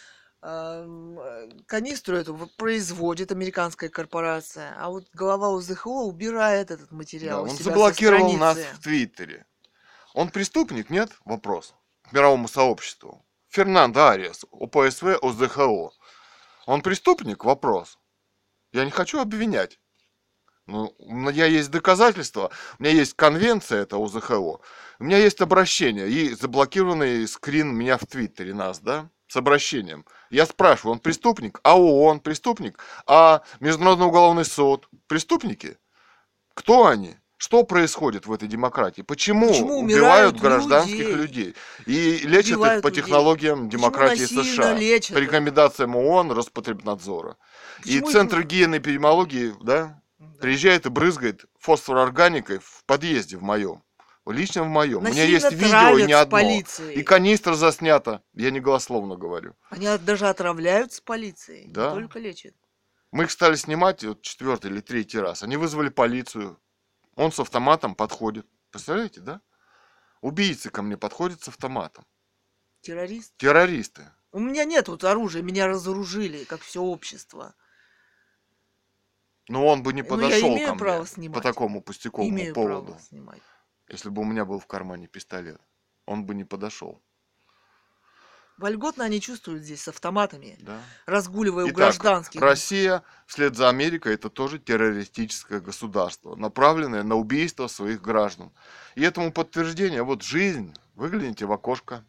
Канистру эту производит американская корпорация, а вот глава УЗХО убирает этот Да, материал у он себя со заблокировал нас страницы. в Твиттере. Он преступник, нет? Вопрос. К мировому сообществу. Фернандо Ариас, ОПСВ, ОЗХО. Он преступник? Вопрос. Я не хочу обвинять. Ну, у меня есть доказательства, у меня есть конвенция, это ОЗХО, у меня есть обращение и заблокированный скрин меня в Твиттере нас, да, с обращением. Я спрашиваю, он преступник? А ООН преступник? А Международный уголовный суд преступники? Кто они? Что происходит в этой демократии? Почему убивают умирают гражданских людей? И лечат их Убивают по людей? технологиям Почему демократии насильно США, лечат по их? рекомендациям ООН, Роспотребнадзора. И Почему их- Центр гигиены и эпидемиологии, да, Да. приезжает и брызгает фосфорорганикой в подъезде в моем. Лично в моем. У меня Насильно есть видео и травят не с одно. полицией. И канистра заснята. Я не голословно говорю. Они даже отравляют с полицией, Да. не только лечат. Мы их стали снимать вот 4-й или 3-й раз. Они вызвали полицию. Он с автоматом подходит. Представляете, да? Убийцы ко мне подходят с автоматом. Террорист? Террористы. У меня нет вот оружия, меня разоружили, как все общество. Но он бы не Ну, я подошел имею ко право мне по снимать. такому пустяковому Имею право поводу. снимать. Если бы у меня был в кармане пистолет, он бы не подошел. Вольготно они чувствуют здесь с автоматами, Да. разгуливая у Итак, гражданских. Россия вслед за Америкой это тоже террористическое государство, направленное на убийство своих граждан. И этому подтверждение вот жизнь. Выгляните в окошко.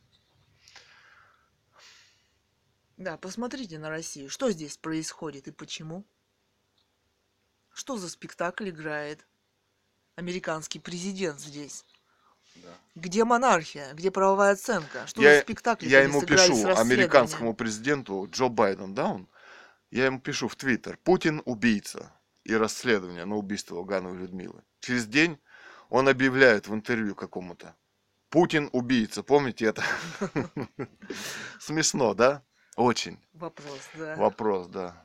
Да, посмотрите на Россию. Что здесь происходит и почему? Что за спектакль играет американский президент здесь? Да. Где монархия? Где правовая оценка? Что за спектакль Я они ему сыграли с пишу, расследованием? американскому президенту Джо Байден, да, я ему пишу в Твиттер: Путин убийца, и расследование на убийство Лугановой Людмилы. Через день он объявляет в интервью какому-то: Путин убийца. Помните это? Смешно, да? Очень. Вопрос, да. Вопрос, да.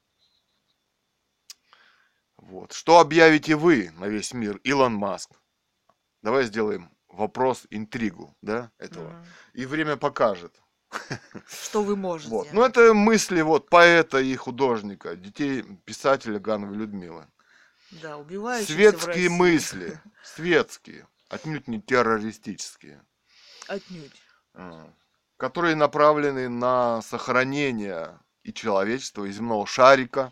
Вот. Что объявите вы на весь мир, Илон Маск? Давай сделаем вопрос, интригу, да, этого. Мгм. И время покажет. Что вы можете? Вот. Ну, это мысли вот поэта и художника, детей писателя Гановой Людмилы. Да, убивающихся в Светские России. мысли, светские, отнюдь не террористические, Отнюдь. которые направлены на сохранение и человечества, и земного шарика.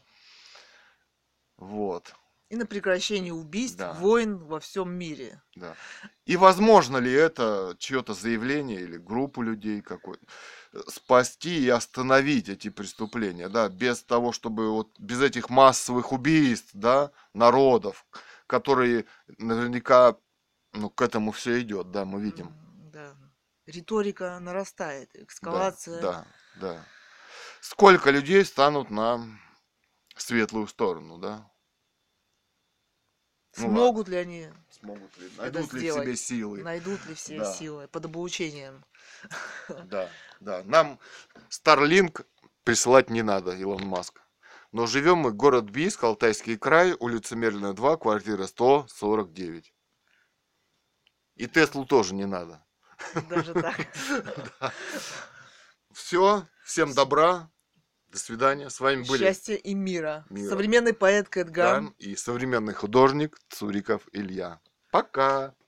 Вот. И на прекращение убийств, Да. войн во всем мире. Да. И возможно ли это чье-то заявление или группу людей какой-то спасти и остановить эти преступления, да, без того, чтобы вот без этих массовых убийств, да, народов, которые наверняка, ну, к этому все идет, да, мы видим. Да. Риторика нарастает, Да, эскалация. да, да. Сколько людей станут на светлую сторону, да? Ну ладно. Смогут ли они Смогут ли, это найдут ли в сделать? себе силы? Найдут ли все Да. силы под обучением? Да, да. Нам Starlink присылать не надо, Илон Маск. Но живем мы город Бийск, Алтайский край, улица Мерлина 2, квартира 149. И Теслу тоже не надо. Даже так. Все, всем добра, до свидания. С вами были Счастья и мира. Мира. Современный поэт Кэт Ган. Ган и современный художник Цуриков Илья. Пока.